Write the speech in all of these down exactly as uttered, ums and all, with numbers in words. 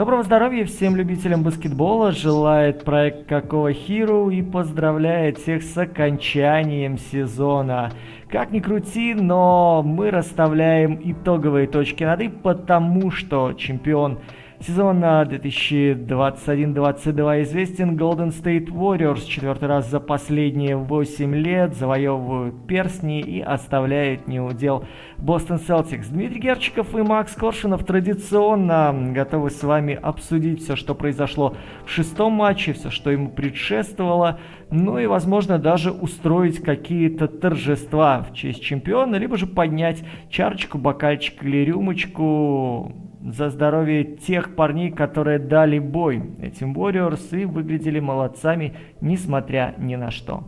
Доброго здоровья всем любителям баскетбола, желает проект Какого Hero и поздравляет всех с окончанием сезона. Как ни крути, но мы расставляем итоговые точки над «и», потому что чемпион сезона две тысячи двадцать один двадцать два известен. Golden State Warriors четвертый раз за последние восемь лет завоевывают перстни и оставляют неудел Boston Celtics. Дмитрий Герчиков и Макс Коршунов традиционно готовы с вами обсудить все, что произошло в шестом матче, все, что ему предшествовало, ну и, возможно, даже устроить какие-то торжества в честь чемпиона, либо же поднять чарочку, бокальчик или рюмочку за здоровье тех парней, которые дали бой этим Warriors и выглядели молодцами, несмотря ни на что.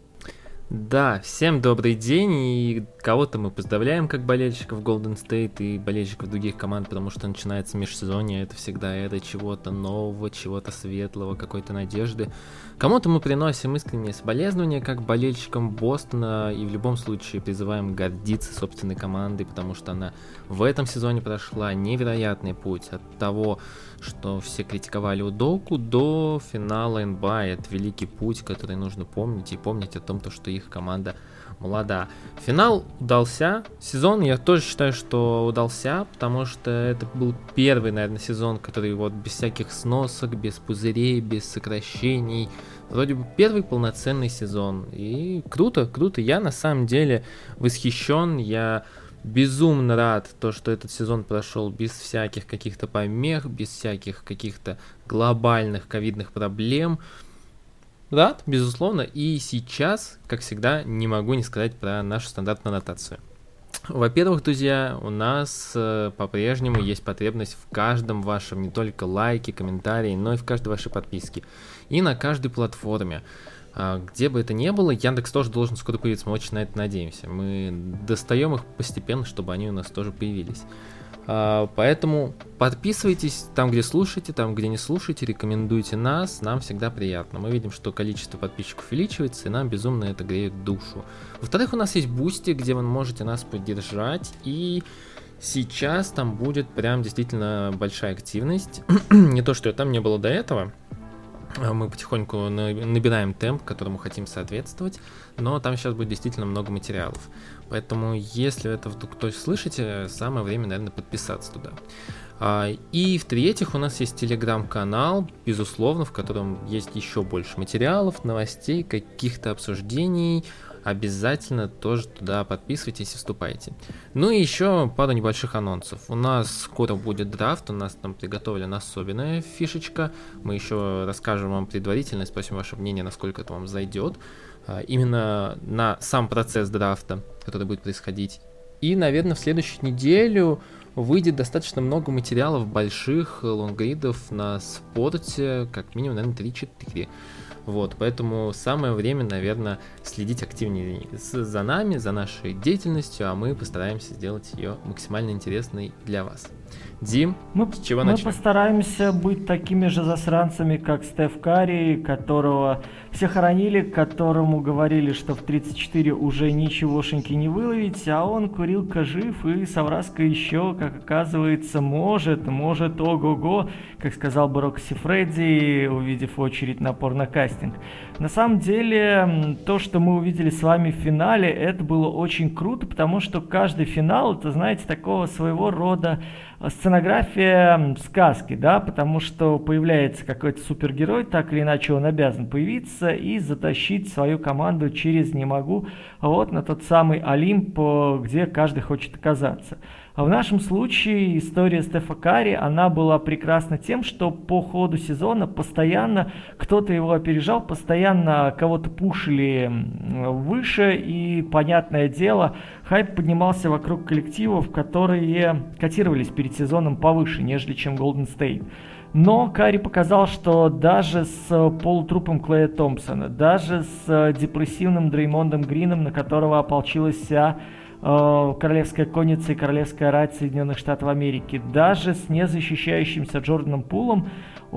Да, всем добрый день, и кого-то мы поздравляем как болельщиков Golden State и болельщиков других команд, потому что начинается межсезонье, это всегда это чего-то нового, чего-то светлого, какой-то надежды. Кому-то мы приносим искренние соболезнования как болельщикам Бостона и в любом случае призываем гордиться собственной командой, потому что она в этом сезоне прошла невероятный путь от того, что все критиковали Удоку, до финала эн би эй. Это великий путь, который нужно помнить, и помнить о том, что их команда молода. Финал удался, сезон я тоже считаю, что удался, потому что это был первый, наверное, сезон, который вот без всяких сносок, без пузырей, без сокращений, вроде бы первый полноценный сезон, и круто, круто, я на самом деле восхищен, я безумно рад, то, что этот сезон прошел без всяких каких-то помех, без всяких каких-то глобальных ковидных проблем. Рад, безусловно, и сейчас, как всегда, не могу не сказать про нашу стандартную аннотацию. Во-первых, друзья, у нас э, по-прежнему есть потребность в каждом вашем, не только лайке, комментарии, но и в каждой вашей подписке. И на каждой платформе. А, где бы это ни было, Яндекс тоже должен скоро появиться, мы очень на это надеемся. Мы достаем их постепенно, чтобы они у нас тоже появились. Uh, поэтому подписывайтесь там, где слушаете, там, где не слушаете, рекомендуйте нас, нам всегда приятно. Мы видим, что количество подписчиков увеличивается, и нам безумно это греет душу. Во-вторых, у нас есть Boosty, где вы можете нас поддержать, и сейчас там будет прям действительно большая активность. Не то, что там не было до этого. Мы потихоньку набираем темп, которому хотим соответствовать, но там сейчас будет действительно много материалов. Поэтому, если это вдруг кто-то слышите, самое время, наверное, подписаться туда. И в-третьих, у нас есть телеграм-канал, безусловно, в котором есть еще больше материалов, новостей, каких-то обсуждений. Обязательно тоже туда подписывайтесь и вступайте. Ну и еще пару небольших анонсов. У нас скоро будет драфт, у нас там приготовлена особенная фишечка. Мы еще расскажем вам предварительно и спросим ваше мнение, насколько это вам зайдет. Именно на сам процесс драфта, который будет происходить. И, наверное, в следующую неделю выйдет достаточно много материалов больших, лонгридов на спорте, как минимум, наверное, три-четыре. Вот, поэтому самое время, наверное, следить активнее за нами, за нашей деятельностью, а мы постараемся сделать ее максимально интересной для вас. Дим, мы, с чего мы начнем? Мы постараемся быть такими же засранцами, как Стеф Карри, которого все хоронили, которому говорили, что в тридцать четыре уже ничегошеньки не выловить, а он курилка жив и совраска еще, как оказывается, может, может, ого-го, как сказал бы Рокси Фредди, увидев очередь на порнокастинг. На самом деле, то, что мы увидели с вами в финале, это было очень круто, потому что каждый финал, это, знаете, такого своего рода сценография сказки, да, потому что появляется какой-то супергерой, так или иначе он обязан появиться и затащить свою команду через «не могу» вот на тот самый Олимп, где каждый хочет оказаться. А в нашем случае история Стефа Карри, она была прекрасна тем, что по ходу сезона постоянно кто-то его опережал, постоянно кого-то пушили выше, и, понятное дело, хайп поднимался вокруг коллективов, которые котировались перед сезоном повыше, нежели чем Golden State. Но Карри показал, что даже с полутрупом Клея Томпсона, даже с депрессивным Дреймондом Грином, на которого ополчилась вся королевская конница и королевская рать Соединенных Штатов Америки, даже с незащищающимся Джорданом Пулом,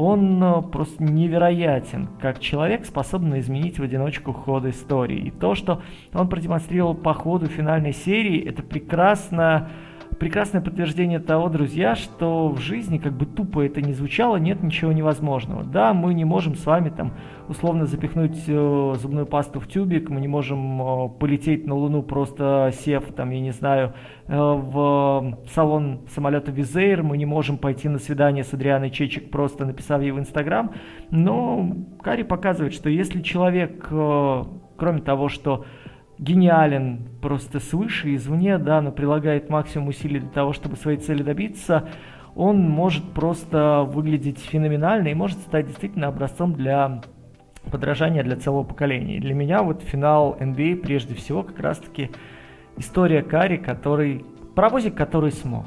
он просто невероятен, как человек, способный изменить в одиночку ход истории. И то, что он продемонстрировал по ходу финальной серии, это прекрасно прекрасное подтверждение того, друзья, что в жизни, как бы тупо это ни звучало, нет ничего невозможного. Да, мы не можем с вами там условно запихнуть э, зубную пасту в тюбик, мы не можем э, полететь на Луну, просто сев там, я не знаю, э, в салон самолета Wizz Air, мы не можем пойти на свидание с Адрианой Чечек, просто написав ей в Инстаграм, но Карри показывает, что если человек, э, кроме того, что гениален просто свыше, извне, да, но прилагает максимум усилий для того, чтобы своей цели добиться, он может просто выглядеть феноменально и может стать действительно образцом для подражания для целого поколения. И для меня вот финал эн би эй прежде всего как раз-таки история Карри, который, паровозик, который смог.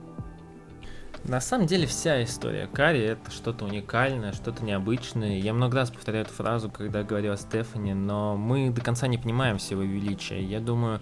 На самом деле вся история Карри — это что-то уникальное, что-то необычное. Я много раз повторяю эту фразу, когда говорю о Стефани, но мы до конца не понимаем всего величия. Я думаю,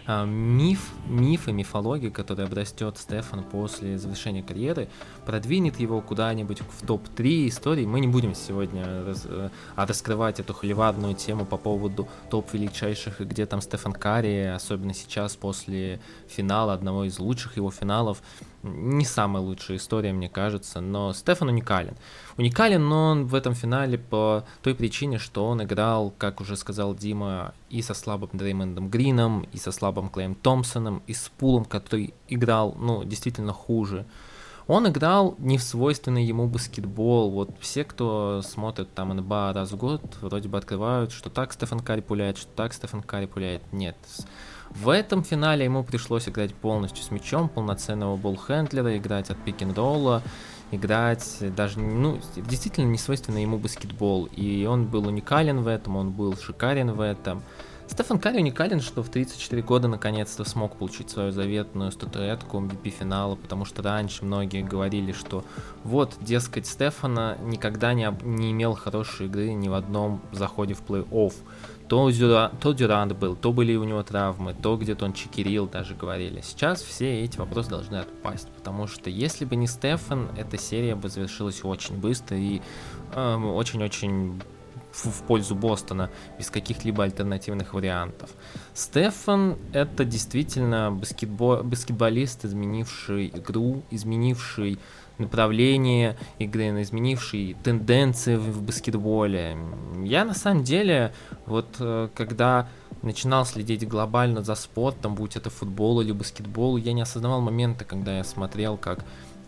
миф, миф и мифология, которая обрастет Стефан после завершения карьеры, продвинет его куда-нибудь в топ три историй. Мы не будем сегодня раз, раскрывать эту холиварную тему по поводу топ величайших, и где там Стефан Карри, особенно сейчас после финала, одного из лучших его финалов. Не самая лучшая история, мне кажется, но Стефан уникален. Уникален, но он в этом финале по той причине, что он играл, как уже сказал Дима, и со слабым Дреймондом Грином, и со слабым Клеем Томпсоном, и с Пулом, который играл, ну, действительно хуже. Он играл не в свойственный ему баскетбол. Вот все, кто смотрит там эн би эй раз в год, вроде бы открывают, что так Стефан Карри пуляет, что так Стефан Карри пуляет. Нет. В этом финале ему пришлось играть полностью с мячом, полноценного болл-хендлера, играть от пик-н-ролла, играть даже, ну, действительно не свойственный ему баскетбол. И он был уникален в этом, он был шикарен в этом. Стефан Карри уникален, что в тридцать четыре года наконец-то смог получить свою заветную статуэтку эм ви пи финала, потому что раньше многие говорили, что вот, дескать, Стефана никогда не, не имел хорошей игры ни в одном заходе в плей-офф. То, Дюра, то Дюрант был, то были у него травмы, то где-то он чекерил, даже говорили. Сейчас все эти вопросы должны отпасть, потому что если бы не Стефан, эта серия бы завершилась очень быстро и э, очень-очень в, в пользу Бостона, без каких-либо альтернативных вариантов. Стефан — это действительно баскетбол, баскетболист, изменивший игру, изменивший направление игры, изменивший тенденции в, в баскетболе. Я на самом деле, вот когда начинал следить глобально за спортом, будь это футбол или баскетбол, я не осознавал момента, когда я смотрел, как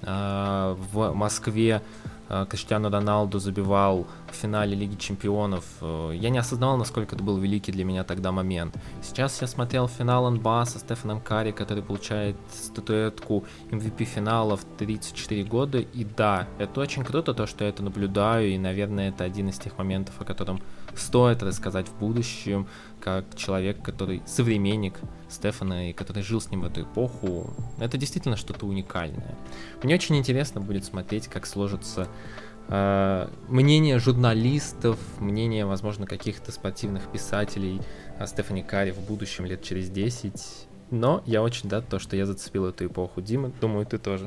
э, в Москве Криштиану Роналду забивал в финале Лиги Чемпионов. Я не осознавал, насколько это был великий для меня тогда момент. Сейчас я смотрел финал эн би эй со Стефаном Карри, который получает статуэтку эм ви пи финала в тридцать четыре года. И да, это очень круто, то, что я это наблюдаю, и, наверное, это один из тех моментов, о котором стоит рассказать в будущем, как человек, который современник Стефана и который жил с ним в эту эпоху. Это действительно что-то уникальное. Мне очень интересно будет смотреть, как сложится э, мнение журналистов, мнение, возможно, каких-то спортивных писателей о Стефане Карри в будущем лет через десять. Но я очень рад, то, что я зацепил эту эпоху. Дима, думаю, ты тоже.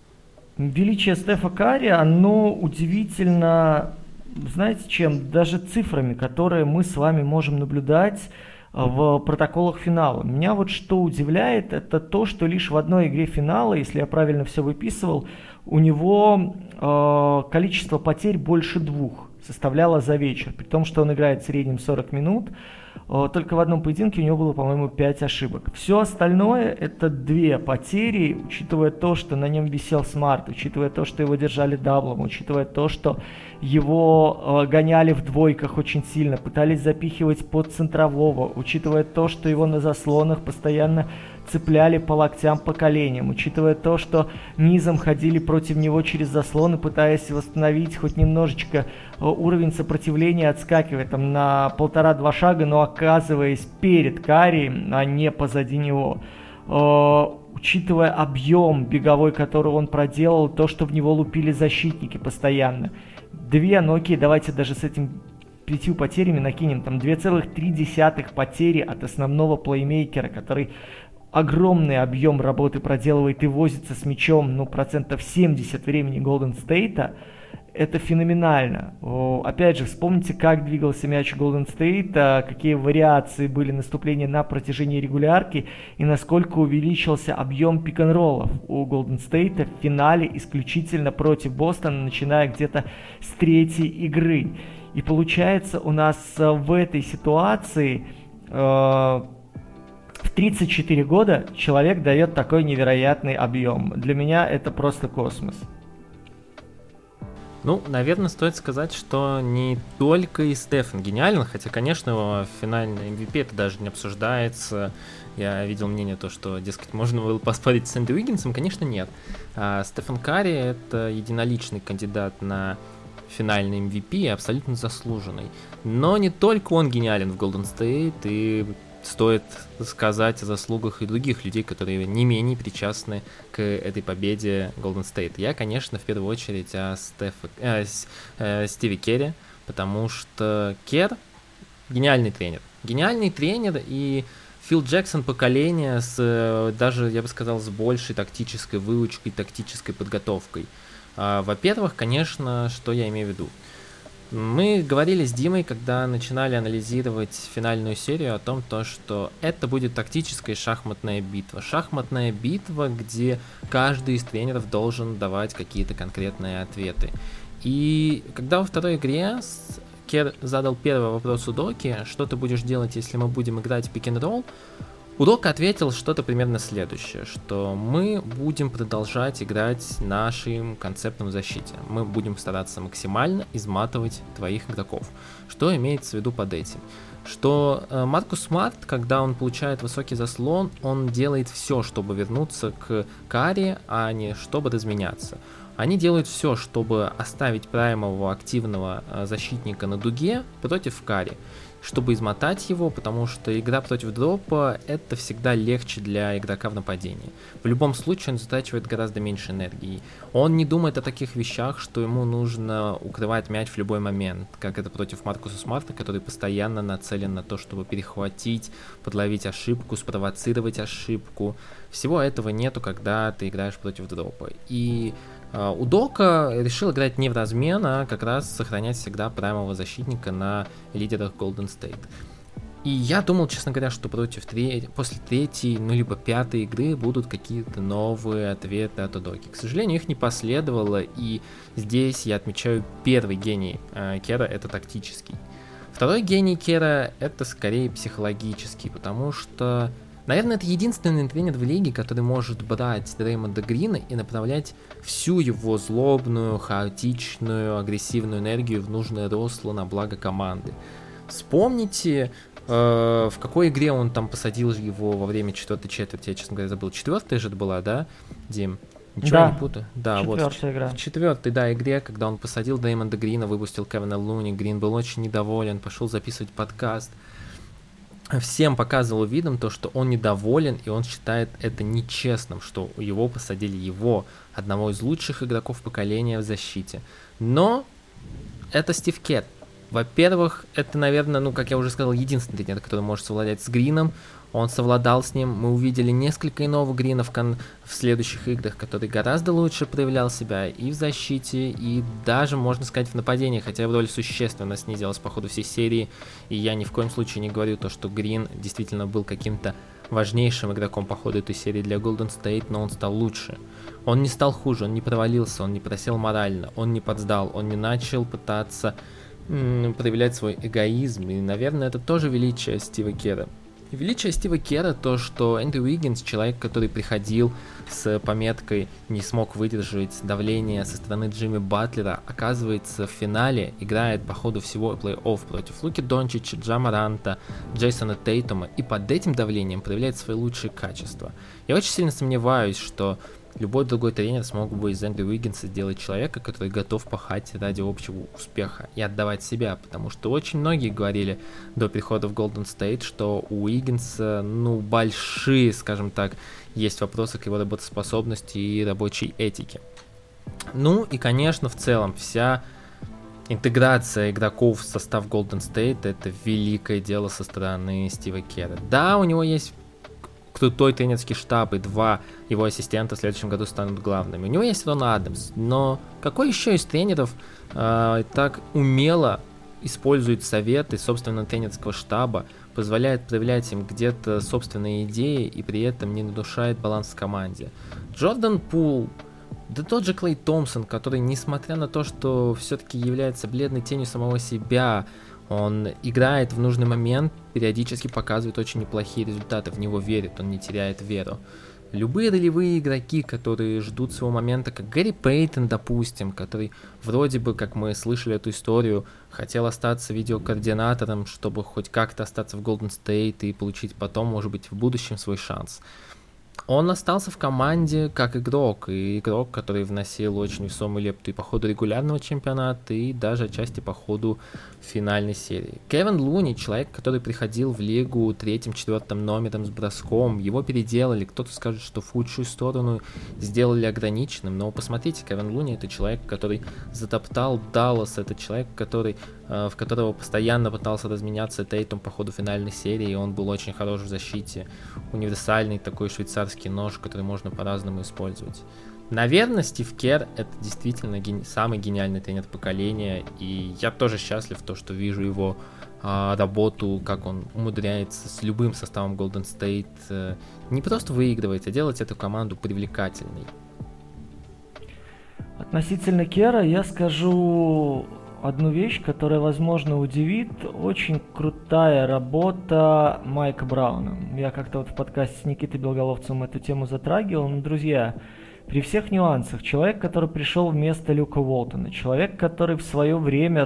Величие Стефа Карри, оно удивительно, знаете чем? Даже цифрами, которые мы с вами можем наблюдать в протоколах финала. Меня вот что удивляет, это то, что лишь в одной игре финала, если я правильно все выписывал, у него э, количество потерь больше двух составляло за вечер, при том, что он играет в среднем сорок минут. Э, только в одном поединке у него было, по-моему, пять ошибок. Все остальное это две потери, учитывая то, что на нем висел Смарт, учитывая то, что его держали даблом, учитывая то, что его э, гоняли в двойках очень сильно, пытались запихивать под центрового, учитывая то, что его на заслонах постоянно цепляли по локтям, по коленям, учитывая то, что низом ходили против него через заслоны, пытаясь восстановить хоть немножечко э, уровень сопротивления, отскакивая там на полтора-два шага, но оказываясь перед Карри, а не позади него. Э, учитывая объем беговой, который он проделал, то, что в него лупили защитники постоянно. Две, ну окей, давайте даже с этим пятью потерями накинем, там две целых три десятых потери от основного плеймейкера, который огромный объем работы проделывает и возится с мячом, ну, процентов семьдесят времени Голден Стейта. это феноменально. О, опять же, вспомните, как двигался мяч Golden State, какие вариации были наступления на протяжении регулярки и насколько увеличился объем пик-н-роллов у Golden State в финале исключительно против Бостона, начиная где-то с третьей игры. И получается у нас в этой ситуации э, в тридцать четыре года человек дает такой невероятный объем. Для меня это просто космос. Ну, наверное, стоит сказать, что не только и Стефан гениален, хотя, конечно, его финальный эм ви пи это даже не обсуждается. Я видел мнение то, что, дескать, можно было поспорить с Эндрю Уиггинсом. Конечно, нет. А Стефан Карри — это единоличный кандидат на финальный эм ви пи, абсолютно заслуженный. Но не только он гениален в Golden State, и стоит сказать о заслугах и других людей, которые не менее причастны к этой победе Golden State. Я, конечно, в первую очередь о Стеф... э, э, Стиве Керри, потому что Кер — гениальный тренер. Гениальный тренер, и Фил Джексон поколение с, даже, я бы сказал, с большей тактической выучкой, тактической подготовкой. А, во-первых, конечно, что я имею в виду? Мы говорили с Димой, когда начинали анализировать финальную серию, о том, то, что это будет тактическая шахматная битва. Шахматная битва, где каждый из тренеров должен давать какие-то конкретные ответы. И когда во второй игре Кер задал первый вопрос Удоке, что ты будешь делать, если мы будем играть пик-н-ролл, Удока ответил что-то примерно следующее, что мы будем продолжать играть нашим концептом в защите. Мы будем стараться максимально изматывать твоих игроков. Что имеется в виду под этим? Что э, Маркус Смарт, когда он получает высокий заслон, он делает все, чтобы вернуться к Карри, а не чтобы разменяться. Они делают все, чтобы оставить праймового активного э, защитника на дуге против Карри, чтобы измотать его, потому что игра против дропа — это всегда легче для игрока в нападении. В любом случае он затачивает гораздо меньше энергии. Он не думает о таких вещах, что ему нужно укрывать мяч в любой момент, как это против Маркуса Смарта, который постоянно нацелен на то, чтобы перехватить, подловить ошибку, спровоцировать ошибку. Всего этого нету, когда ты играешь против дропа. И Uh, Удока решил играть не в размен, а как раз сохранять всегда праймового защитника на лидерах Golden State. И я думал, честно говоря, что против тре- после третьей, ну либо пятой игры будут какие-то новые ответы от Удоки. К сожалению, их не последовало, и здесь я отмечаю первый гений uh, Кера — это тактический. Второй гений Кера — это скорее психологический, потому что, наверное, это единственный тренер в лиге, который может брать Дреймонда Грина и направлять всю его злобную, хаотичную, агрессивную энергию в нужное русло на благо команды. Вспомните, э, в какой игре он там посадил его во время четвертой четверти, я, честно говоря, забыл. Четвертая же это была, да, Дим? Ничего да. не путаю? Да, Четвертая вот. игра. В четвертой, да, игре, когда он посадил Дреймонда Грина, выпустил Кевина Луни, Грин был очень недоволен, пошел записывать подкаст. Всем показывал видом то, что он недоволен, и он считает это нечестным, что его посадили его, одного из лучших игроков поколения в защите. Но это Стив Кер. Во-первых, это, наверное, ну, как я уже сказал, единственный тренер, который может совладать с Грином. Он совладал с ним. Мы увидели несколько иного Грина в, кон- в следующих играх, который гораздо лучше проявлял себя и в защите, и даже, можно сказать, в нападении, хотя его доля существенно снизилась по ходу всей серии. И я ни в коем случае не говорю то, что Грин действительно был каким-то важнейшим игроком по ходу этой серии для Golden State, но он стал лучше. Он не стал хуже, он не провалился, он не просел морально, он не подсдал, он не начал пытаться м- проявлять свой эгоизм. И, наверное, это тоже величие Стива Кера. Величие Стива Кера то, что Эндрю Уиггинс, человек, который приходил с пометкой «не смог выдержать давление со стороны Джимми Батлера», оказывается в финале играет по ходу всего плей-офф против Луки Дончича, Джа Моранта, Джейсона Тейтума, и под этим давлением проявляет свои лучшие качества. Я очень сильно сомневаюсь, что любой другой тренер смог бы из Эндрю Уиггинса сделать человека, который готов пахать ради общего успеха и отдавать себя, потому что очень многие говорили до прихода в Golden State, что у Уиггинса, ну, большие, скажем так, есть вопросы к его работоспособности и рабочей этике. Ну и, конечно, в целом вся интеграция игроков в состав Golden State — это великое дело со стороны Стива Кера. Да, у него есть крутой тренерский штаб, и два его ассистента в следующем году станут главными. У него есть Рон Адамс, но какой еще из тренеров э, так умело использует советы собственного тренерского штаба, позволяет проявлять им где-то собственные идеи и при этом не нарушает баланс в команде? Джордан Пул, да тот же Клей Томпсон, который, несмотря на то, что все-таки является бледной тенью самого себя, он играет в нужный момент, периодически показывает очень неплохие результаты, в него верит, он не теряет веру. Любые ролевые игроки, которые ждут своего момента, как Гэри Пейтон, допустим, который вроде бы, как мы слышали эту историю, хотел остаться видеокоординатором, чтобы хоть как-то остаться в Golden State и получить потом, может быть, в будущем свой шанс. Он остался в команде как игрок, и игрок, который вносил очень весомую лепту и по ходу регулярного чемпионата, и даже отчасти по ходу финальной серии. Кевин Луни, человек, который приходил в лигу третьим-четвертым номером с броском, его переделали, кто-то скажет, что в худшую сторону сделали ограниченным, но посмотрите, Кевин Луни — это человек, который затоптал Даллас, это человек, который, в которого постоянно пытался разменяться Тейтум по ходу финальной серии, и он был очень хорош в защите, универсальный такой швейцарский нож, который можно по-разному использовать. Наверное, Стив Керр — это действительно ген... самый гениальный тренер поколения, и я тоже счастлив, то, что вижу его а, работу, как он умудряется с любым составом Golden State а, не просто выигрывать, а делать эту команду привлекательной. Относительно Керра я скажу одну вещь, которая, возможно, удивит. Очень крутая работа Майка Брауна. Я как-то вот в подкасте с Никитой Белоголовцевым эту тему затрагивал. Но, друзья, при всех нюансах, человек, который пришел вместо Люка Уолтона, человек, который в свое время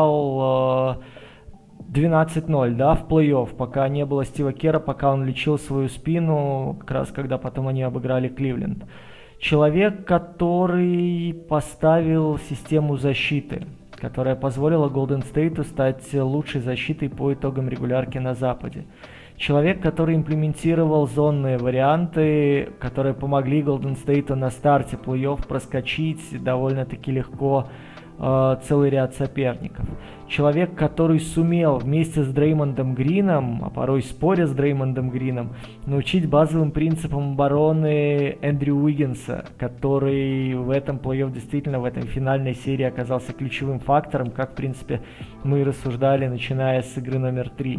дал э, двенадцать ноль, да, в плей-офф, пока не было Стива Керра, пока он лечил свою спину, как раз когда потом они обыграли Кливленд. Человек, который поставил систему защиты, которая позволила Golden State стать лучшей защитой по итогам регулярки на Западе. Человек, который имплементировал зонные варианты, которые помогли Golden State на старте плей-офф проскочить довольно-таки легко э, целый ряд соперников. Человек, который сумел вместе с Дреймондом Грином, а порой споря с Дреймондом Грином, научить базовым принципам обороны Эндрю Уиггинса, который в этом плей-офф действительно в этой финальной серии оказался ключевым фактором, как, в принципе, мы рассуждали, начиная с игры номер три.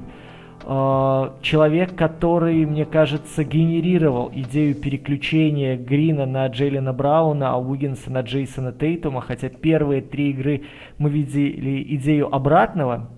Человек, который, мне кажется, генерировал идею переключения Грина на Джейлена Брауна, а Уиггинса на Джейсона Тейтума, хотя первые три игры мы видели идею обратного.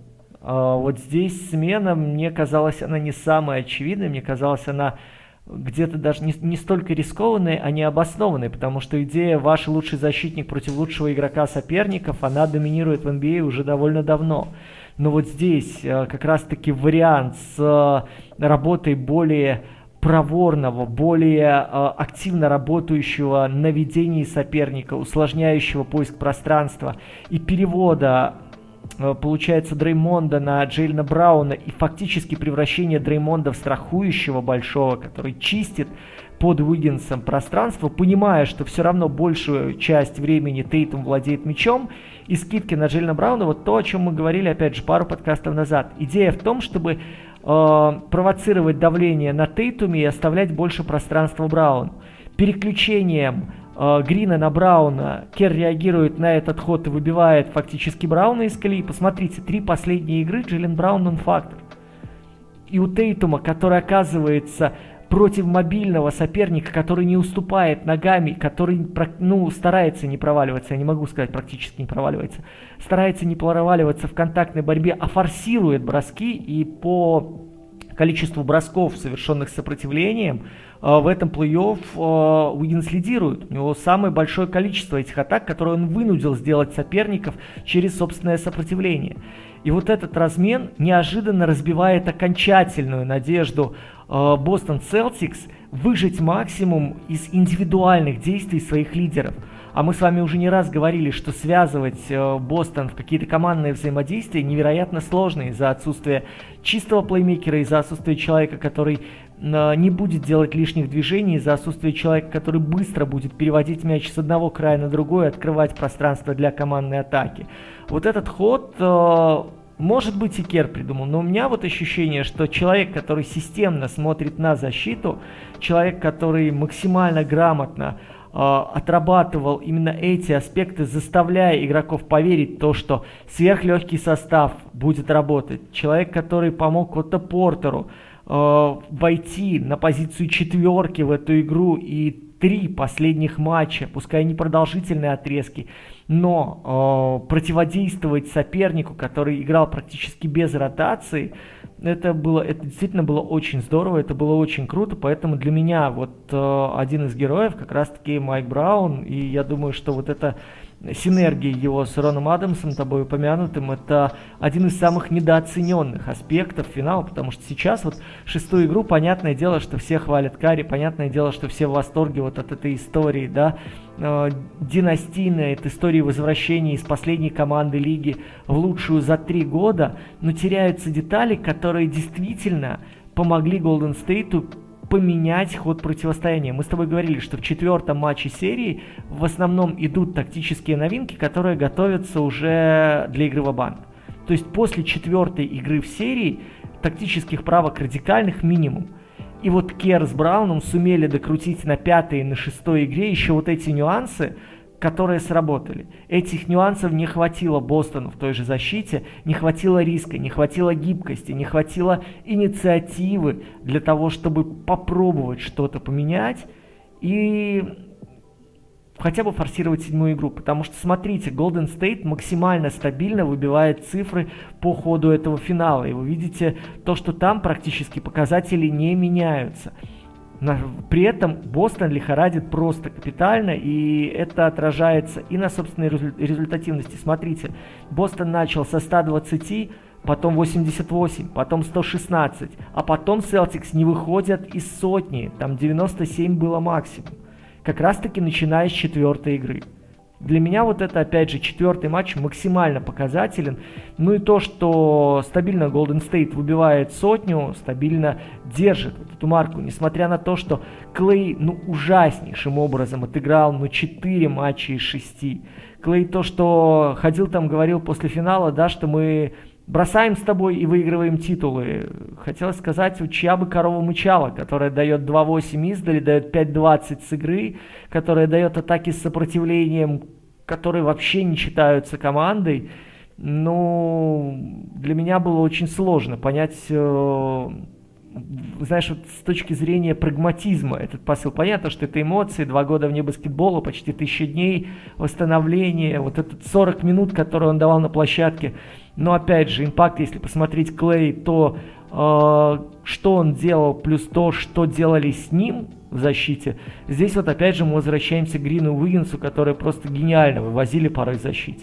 Вот здесь смена, мне казалось, она не самая очевидная, мне казалось, она где-то даже не, не столько рискованной, а необоснованной, потому что идея «ваш лучший защитник против лучшего игрока соперников», она доминирует в эн би эй уже довольно давно. Но вот здесь как раз-таки вариант с работой более проворного, более активно работающего на ведении соперника, усложняющего поиск пространства и перевода, получается, Дреймонда на Джейлена Брауна и фактически превращение Дреймонда в страхующего большого, который чистит под Уиггинсом пространство, понимая, что все равно большую часть времени Тейтум владеет мячом, и скидки на Джейлена Брауна, вот то, о чем мы говорили, опять же, пару подкастов назад. Идея в том, чтобы э, провоцировать давление на Тейтуме и оставлять больше пространства Брауну. Переключением э, Грина на Брауна Керр реагирует на этот ход и выбивает фактически Брауна из колеи. Посмотрите, три последние игры Джейлен Браун нон-фактор. И у Тейтума, который оказывается против мобильного соперника, который не уступает ногами, который, ну, старается не проваливаться, я не могу сказать, практически не проваливается, старается не проваливаться в контактной борьбе, а форсирует броски, и по количеству бросков, совершенных с сопротивлением, в этом плей-офф Уиггинс лидирует. У него самое большое количество этих атак, которые он вынудил сделать соперников через собственное сопротивление. И вот этот размен неожиданно разбивает окончательную надежду Бостон Селтикс выжать максимум из индивидуальных действий своих лидеров. А мы с вами уже не раз говорили, что связывать Бостон в какие-то командные взаимодействия невероятно сложно из-за отсутствия чистого плеймейкера, из-за отсутствия человека, который не будет делать лишних движений, из-за отсутствия человека, который быстро будет переводить мяч с одного края на другой, открывать пространство для командной атаки. Вот этот ход Может быть, и Кер придумал, но у меня вот ощущение, что человек, который системно смотрит на защиту, человек, который максимально грамотно э, отрабатывал именно эти аспекты, заставляя игроков поверить в то, что сверхлегкий состав будет работать, человек, который помог Отто Портеру э, войти на позицию четверки в эту игру и три последних матча, пускай не продолжительные отрезки, но э, противодействовать сопернику, который играл практически без ротации, это было, это действительно было очень здорово, это было очень круто, поэтому для меня вот э, один из героев как раз-таки Майк Браун, и я думаю, что вот эта синергия его с Роном Адамсом, тобой упомянутым, это один из самых недооцененных аспектов финала, потому что сейчас вот шестую игру, понятное дело, что все хвалят Карри, понятное дело, что все в восторге вот от этой истории, да, э, династийной, от истории возвращения из последней команды лиги в лучшую за три года, но теряются детали, которые действительно помогли Golden State'у поменять ход противостояния. Мы с тобой говорили, что в четвертом матче серии в основном идут тактические новинки, которые готовятся уже для игры ва-банк. То есть после четвертой игры в серии тактических правок радикальных минимум. И вот Кер с Брауном сумели докрутить на пятой и на шестой игре еще вот эти нюансы, которые сработали. Этих нюансов не хватило Бостону в той же защите, не хватило риска, не хватило гибкости, не хватило инициативы для того, чтобы попробовать что-то поменять и хотя бы форсировать седьмую игру. Потому что, смотрите, Golden State максимально стабильно выбивает цифры по ходу этого финала. И вы видите то, что там практически показатели не меняются. При этом Бостон лихорадит просто капитально, и это отражается и на собственной результативности. Смотрите, Бостон начал со ста двадцати, потом восемьдесят восемь, потом сто шестнадцать, а потом Celtics не выходят из сотни, там девяносто семь было максимум. Как раз таки начиная с четвертой игры. Для меня вот это, опять же, четвертый матч максимально показателен. Ну и то, что стабильно Golden State выбивает сотню, стабильно держит вот эту марку. Несмотря на то, что Клей, ну, ужаснейшим образом отыграл, ну, четыре матча из шести. Клей то, что ходил там, говорил после финала, да, что мы бросаем с тобой и выигрываем титулы. Хотелось сказать, вот чья бы корова мычала, которая дает два восемь издали, дает пять двадцать с игры, которая дает атаки с сопротивлением, которые вообще не считаются командой. Ну, для меня было очень сложно понять, э, знаешь, вот с точки зрения прагматизма этот посыл. Понятно, что это эмоции, два года вне баскетбола, почти тысяча дней, восстановление, вот этот сорок минут, которые он давал на площадке. Но опять же, импакт, если посмотреть Клей, то э, что он делал, плюс то, что делали с ним в защите. Здесь вот опять же мы возвращаемся к Грину и Уиггинсу, которые просто гениально вывозили порой в защите.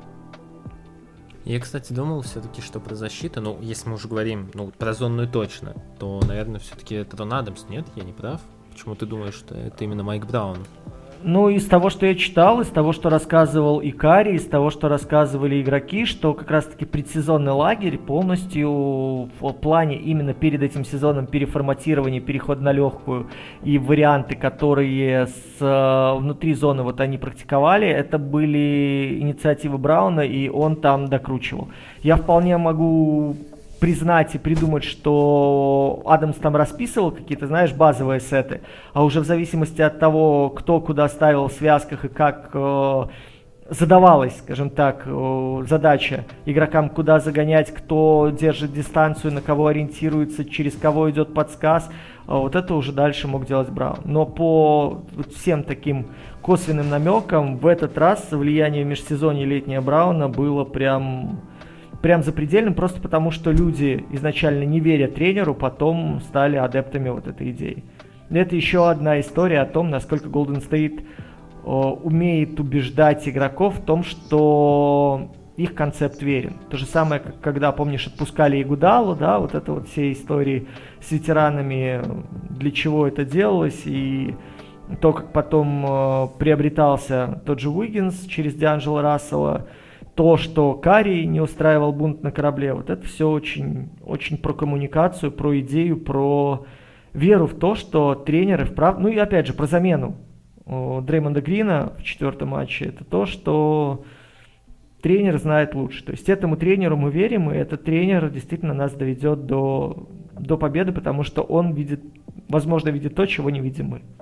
Я, кстати, думал все-таки, что про защиту, ну, если мы уже говорим, ну, про зонную точно, то, наверное, все-таки это Рон Адамс, нет? Я не прав? Почему ты думаешь, что это именно Майк Браун? Ну, из того, что я читал, из того, что рассказывал и Карри, из того, что рассказывали игроки, что как раз-таки предсезонный лагерь полностью в плане именно перед этим сезоном переформатирования, переход на легкую и варианты, которые с, внутри зоны вот они практиковали, это были инициативы Брауна, и он там докручивал. Я вполне могу признать и придумать, что Адамс там расписывал какие-то, знаешь, базовые сеты, а уже в зависимости от того, кто куда ставил в связках и как э, задавалась, скажем так, э, задача игрокам, куда загонять, кто держит дистанцию, на кого ориентируется, через кого идет подсказ, э, вот это уже дальше мог делать Браун. Но по всем таким косвенным намекам в этот раз влияние межсезонья летнего Брауна было прям... прям запредельным, просто потому что люди изначально не веря тренеру, потом стали адептами вот этой идеи. Это еще одна история о том, насколько Golden State э, умеет убеждать игроков в том, что их концепт верен. То же самое, как когда, помнишь, отпускали Игудалу, да, вот это вот все истории с ветеранами, для чего это делалось, и то, как потом э, приобретался тот же Уиггинс через Дианджело Рассела, то, что Карри не устраивал бунт на корабле, вот это все очень, очень про коммуникацию, про идею, про веру в то, что тренеры вправду... Ну и опять же, про замену Дреймонда Грина в четвертом матче. Это то, что тренер знает лучше. То есть этому тренеру мы верим, и этот тренер действительно нас доведет до, до победы, потому что он видит, возможно, видит то, чего не видим мы.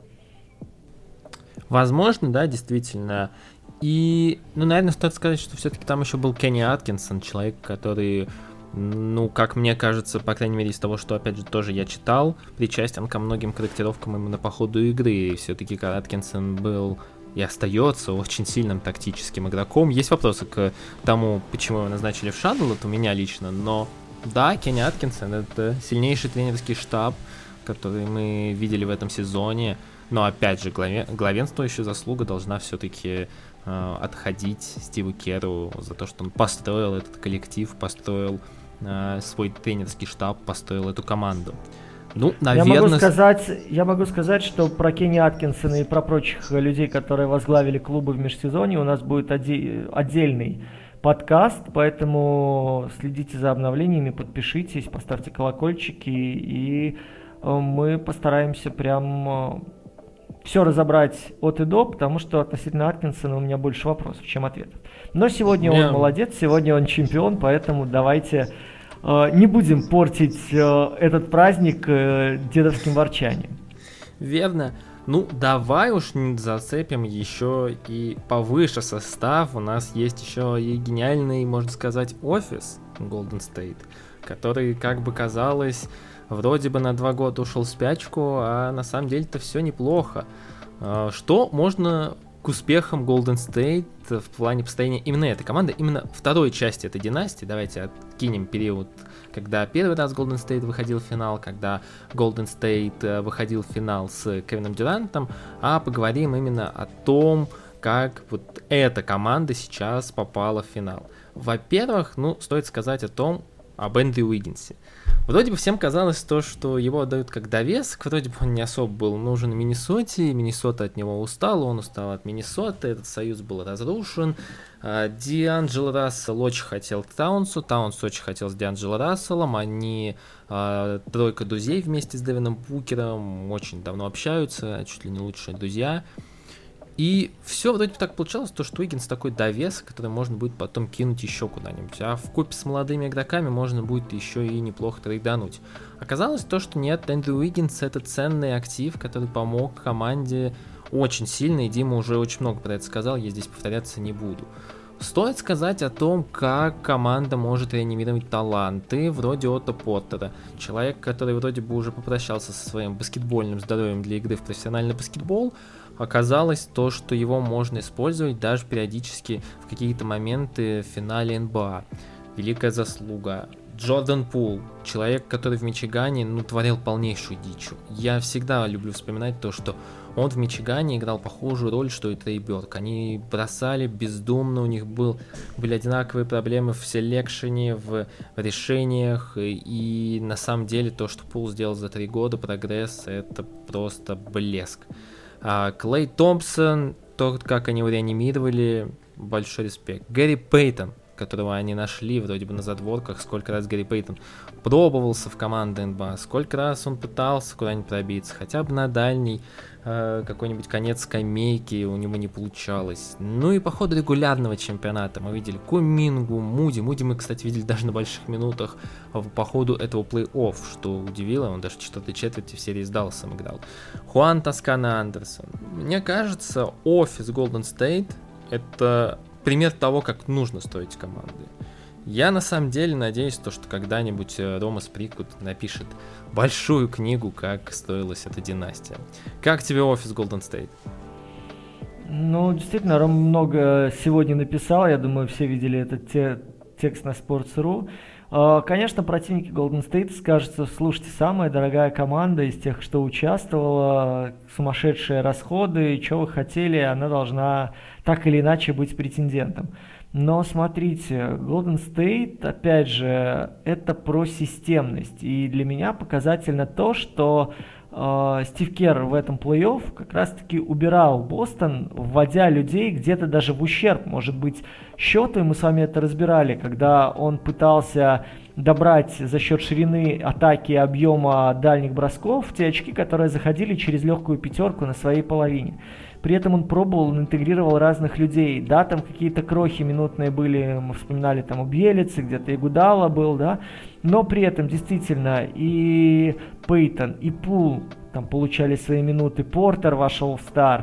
Возможно, да, действительно. И, ну, наверное, стоит сказать, что все-таки там еще был Кенни Аткинсон, человек, который, ну, как мне кажется, по крайней мере, из того, что, опять же, тоже я читал, причастен ко многим корректировкам именно по ходу игры. И все-таки Аткинсон был и остается очень сильным тактическим игроком. Есть вопросы к тому, почему его назначили в Шарлотт, у меня лично, но да, Кенни Аткинсон — это сильнейший тренерский штаб, который мы видели в этом сезоне. Но опять же, главен, главенствующая заслуга должна все-таки э, отходить Стиву Керру за то, что он построил этот коллектив, построил э, свой тренерский штаб, построил эту команду. Ну, наверное... Я могу сказать, я могу сказать, что про Кенни Аткинсона и про прочих людей, которые возглавили клубы в межсезонье, у нас будет оде- отдельный подкаст, поэтому следите за обновлениями, подпишитесь, поставьте колокольчики, и мы постараемся прям все разобрать от и до, потому что относительно Аткинсона у меня больше вопросов, чем ответов. Но сегодня он молодец, сегодня он чемпион, поэтому давайте э, не будем портить э, этот праздник э, дедовским ворчанием. Верно. Ну, давай уж зацепим еще и повыше состав. У нас есть еще и гениальный, можно сказать, офис Golden State, который, как бы казалось, вроде бы на два года ушел в спячку, а на самом деле-то все неплохо. Что можно к успехам Golden State в плане построения именно этой команды, именно второй части этой династии? Давайте откинем период, когда первый раз Golden State выходил в финал, когда Golden State выходил в финал с Кевином Дюрантом, а поговорим именно о том, как вот эта команда сейчас попала в финал. Во-первых, ну, стоит сказать о том, об Эндрю Уиггинсе. Вроде бы всем казалось то, что его отдают как довесок, вроде бы он не особо был нужен Миннесоте, Миннесота от него устала, он устал от Миннесоты, этот союз был разрушен. Дианджело Рассел очень хотел к Таунсу, Таунс очень хотел с Дианджело Расселом, они э, тройка друзей вместе с Дэвином Букером, очень давно общаются, чуть ли не лучшие друзья. И все вроде бы так получалось, то, что Уиггинс такой довес, который можно будет потом кинуть еще куда-нибудь. А вкупе с молодыми игроками можно будет еще и неплохо трейдануть. Оказалось то, что нет, Эндрю Уиггинс — это ценный актив, который помог команде очень сильно, и Дима уже очень много про это сказал, я здесь повторяться не буду. Стоит сказать о том, как команда может реанимировать таланты вроде Отто Портера. Человек, который вроде бы уже попрощался со своим баскетбольным здоровьем для игры в профессиональный баскетбол. Оказалось то, что его можно использовать даже периодически в какие-то моменты в финале эн би эй. Великая заслуга. Джордан Пул, человек, который в Мичигане, ну, творил полнейшую дичь. Я всегда люблю вспоминать то, что он в Мичигане играл похожую роль, что и Трей Бёрк. Они бросали бездумно, у них был, были одинаковые проблемы в селекшене, в решениях, и, и на самом деле то, что Пул сделал за три года, прогресс, это просто блеск. А Клей Томпсон, то, как они его реанимировали, большой респект. Гэри Пейтон, которого они нашли вроде бы на задворках, сколько раз Гэри Пейтон пробовался в команду эн би эй, сколько раз он пытался куда-нибудь пробиться, хотя бы на дальний э, какой-нибудь конец скамейки у него не получалось. Ну и по ходу регулярного чемпионата мы видели Кумингу, Муди. Муди мы, кстати, видели даже на больших минутах по ходу этого плей-офф, что удивило, он даже в четвертой четверти в серии с Далласом играл. Хуан Тоскана Андерсон. Мне кажется, офис Golden State — это пример того, как нужно строить команды. Я на самом деле надеюсь, то, что когда-нибудь Рома Сприкут напишет большую книгу, как строилась эта династия. Как тебе офис Golden State? Ну, действительно, Рома много сегодня написал. Я думаю, все видели этот те- текст на Sports точка ру. Конечно, противники Golden State скажутся: слушайте, самая дорогая команда из тех, что участвовала, сумасшедшие расходы, что вы хотели, она должна так или иначе быть претендентом. Но смотрите, Golden State, опять же, это про системность. И для меня показательно то, что э, Стив Керр в этом плей-офф как раз-таки убирал Бостон, вводя людей где-то даже в ущерб, может быть, счету. И мы с вами это разбирали, когда он пытался добрать за счет ширины атаки и объема дальних бросков те очки, которые заходили через легкую пятерку на своей половине. При этом он пробовал, он интегрировал разных людей. Да, там какие-то крохи минутные были, мы вспоминали там у Бьелицы, где-то и Гудала был, да. Но при этом действительно и Пейтон, и Пул там получали свои минуты, Портер вошел в старт.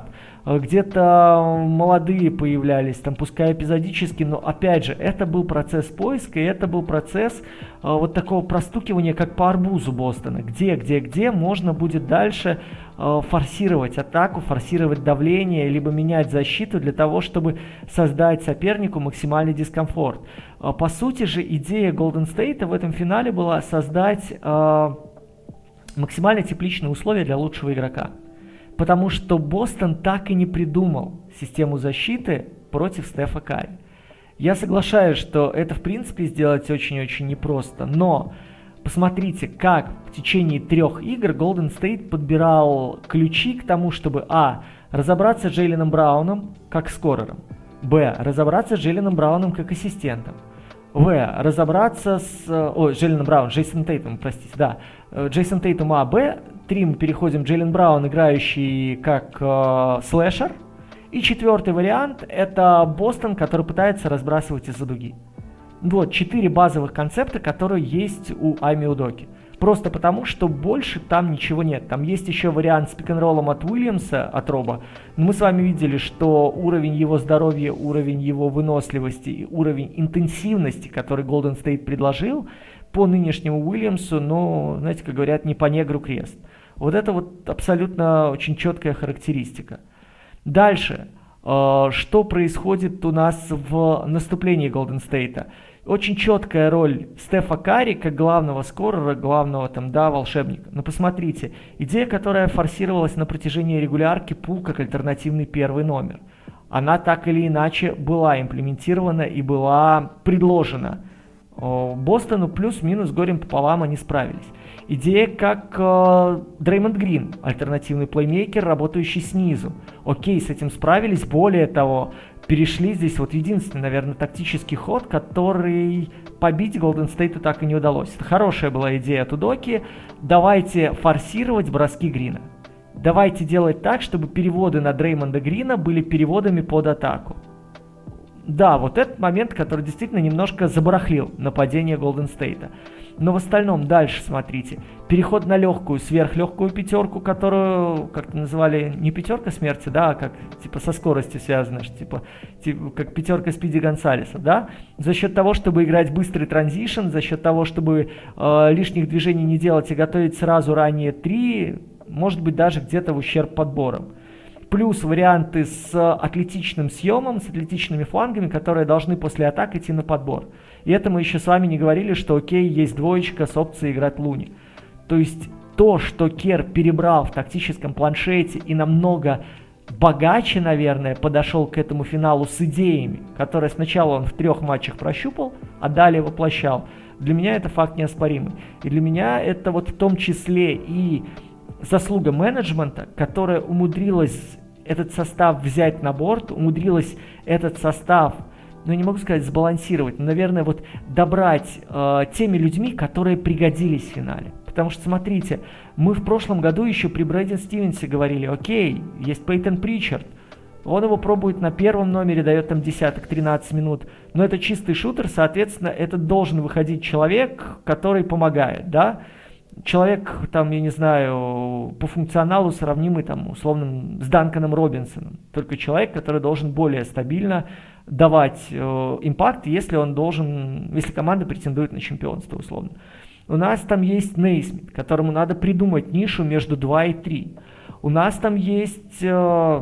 Где-то молодые появлялись, там, пускай эпизодически, но опять же, это был процесс поиска, и это был процесс э, вот такого простукивания, как по арбузу Бостона. Где, где, где можно будет дальше э, форсировать атаку, форсировать давление, либо менять защиту для того, чтобы создать сопернику максимальный дискомфорт. Э, по сути же, идея Golden State в этом финале была создать э, максимально тепличные условия для лучшего игрока. Потому что Бостон так и не придумал систему защиты против Стефа Карри. Я соглашаюсь, что это в принципе сделать очень-очень непросто, но посмотрите, как в течение трех игр Golden State подбирал ключи к тому, чтобы а. разобраться с Джейленом Брауном как скорером, б. разобраться с Джейленом Брауном как ассистентом, в. разобраться с... Ой, Джейлен Браун, Джейсон Тейтум, простите, да. Джейсон Тейтум А, Б. Три мы переходим, Джейлен Браун, играющий как э, слэшер. И четвертый вариант — это Бостон, который пытается разбрасывать из-за дуги. Вот, четыре базовых концепта, которые есть у Айми Удоки. Просто потому, что больше там ничего нет. Там есть еще вариант с пик-н-роллом от Уильямса, от Роба. Но мы с вами видели, что уровень его здоровья, уровень его выносливости и уровень интенсивности, который Golden State предложил, по нынешнему Уильямсу, ну, знаете, как говорят, не по негру крест. Вот это вот абсолютно очень четкая характеристика. Дальше. Э, что происходит у нас в наступлении Golden State? Очень четкая роль Стефа Карри как главного скорера, главного там, да, волшебника. Но посмотрите, идея, которая форсировалась на протяжении регулярки, Пул как альтернативный первый номер, она так или иначе была имплементирована и была предложена Бостону, плюс-минус горем пополам они справились. Идея как э, Дреймонд Грин, альтернативный плеймейкер, работающий снизу. Окей, с этим справились. Более того, перешли здесь вот единственный, наверное, тактический ход, который побить Golden State так и не удалось. Это хорошая была идея от Удоки. Давайте форсировать броски Грина. Давайте делать так, чтобы переводы на Дреймонда Грина были переводами под атаку. Да, вот этот момент, который действительно немножко забарахлил нападение Golden State. Но в остальном дальше смотрите. Переход на легкую, сверхлегкую пятерку, которую как-то называли не пятерка смерти, да, а как типа со скоростью связано, типа, типа как пятерка Спиди Гонсалеса, да. За счет того, чтобы играть быстрый транзишн, за счет того, чтобы э, лишних движений не делать и готовить сразу ранее три, может быть даже где-то в ущерб подборам. Плюс варианты с атлетичным съемом, с атлетичными флангами, которые должны после атак идти на подбор. И это мы еще с вами не говорили, что окей, есть двоечка с опцией играть Луни. То есть то, что Кер перебрал в тактическом планшете и намного богаче, наверное, подошел к этому финалу с идеями, которые сначала он в трех матчах прощупал, а далее воплощал. Для меня это факт неоспоримый. И для меня это вот в том числе и заслуга менеджмента, которая умудрилась этот состав взять на борт, умудрилась этот состав, ну, я не могу сказать сбалансировать, но, наверное, вот добрать э, теми людьми, которые пригодились в финале. Потому что, смотрите, мы в прошлом году еще при Брэден Стивенсе говорили, окей, есть Пейтон Причард, он его пробует на первом номере, дает там десяток-тринадцать минут, но это чистый шутер, соответственно, это должен выходить человек, который помогает, да. Человек, там, я не знаю, по функционалу сравнимый, там, условно, с Данканом Робинсоном. Только человек, который должен более стабильно давать э, импакт, если он должен, если команда претендует на чемпионство, условно. У нас там есть Нейсмит, которому надо придумать нишу между два и три. У нас там есть... Э,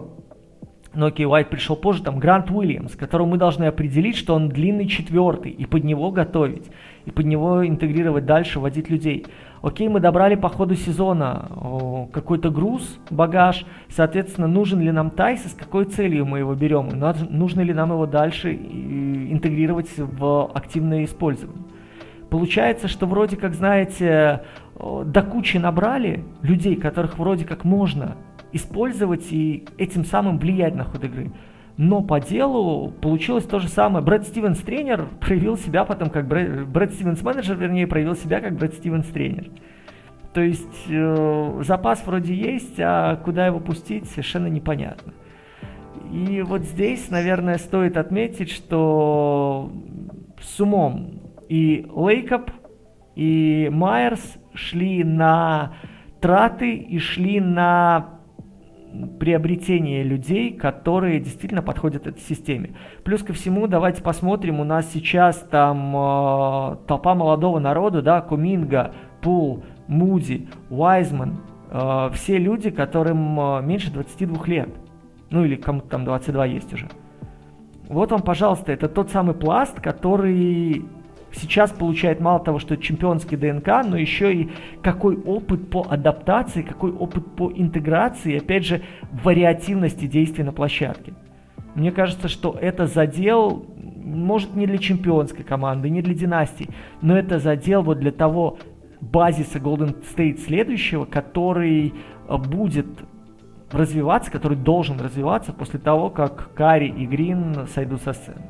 Но окей, Уайт пришел позже, там Грант Уильямс, которого мы должны определить, что он длинный четвертый, и под него готовить, и под него интегрировать дальше, вводить людей. Окей, мы добрали по ходу сезона о, какой-то груз, багаж, соответственно, нужен ли нам Тайс, и с какой целью мы его берем, и надо, нужно ли нам его дальше интегрировать в активное использование. Получается, что вроде как, знаете, до кучи набрали людей, которых вроде как можно использовать и этим самым влиять на ход игры. Но по делу получилось то же самое. Брэд Стивенс тренер проявил себя потом как Брэд, Брэд Стивенс менеджер, вернее, проявил себя как Брэд Стивенс тренер. То есть э, запас вроде есть, а куда его пустить, совершенно непонятно. И вот здесь, наверное, стоит отметить, что с умом и Лейкоп, и Майерс шли на траты и шли на приобретение людей, которые действительно подходят этой системе. Плюс ко всему, давайте посмотрим, у нас сейчас там э, толпа молодого народа, да, Куминга, Пул, Муди, Уайзман, э, все люди, которым э, меньше двадцати двух лет. Ну или кому-то там двадцать два есть уже. Вот вам, пожалуйста, это тот самый пласт, который сейчас получает мало того, что чемпионский ДНК, но еще и какой опыт по адаптации, какой опыт по интеграции, и опять же, вариативности действий на площадке. Мне кажется, что это задел, может, не для чемпионской команды, не для династий, но это задел вот для того базиса Golden State следующего, который будет развиваться, который должен развиваться после того, как Карри и Грин сойдут со сцены.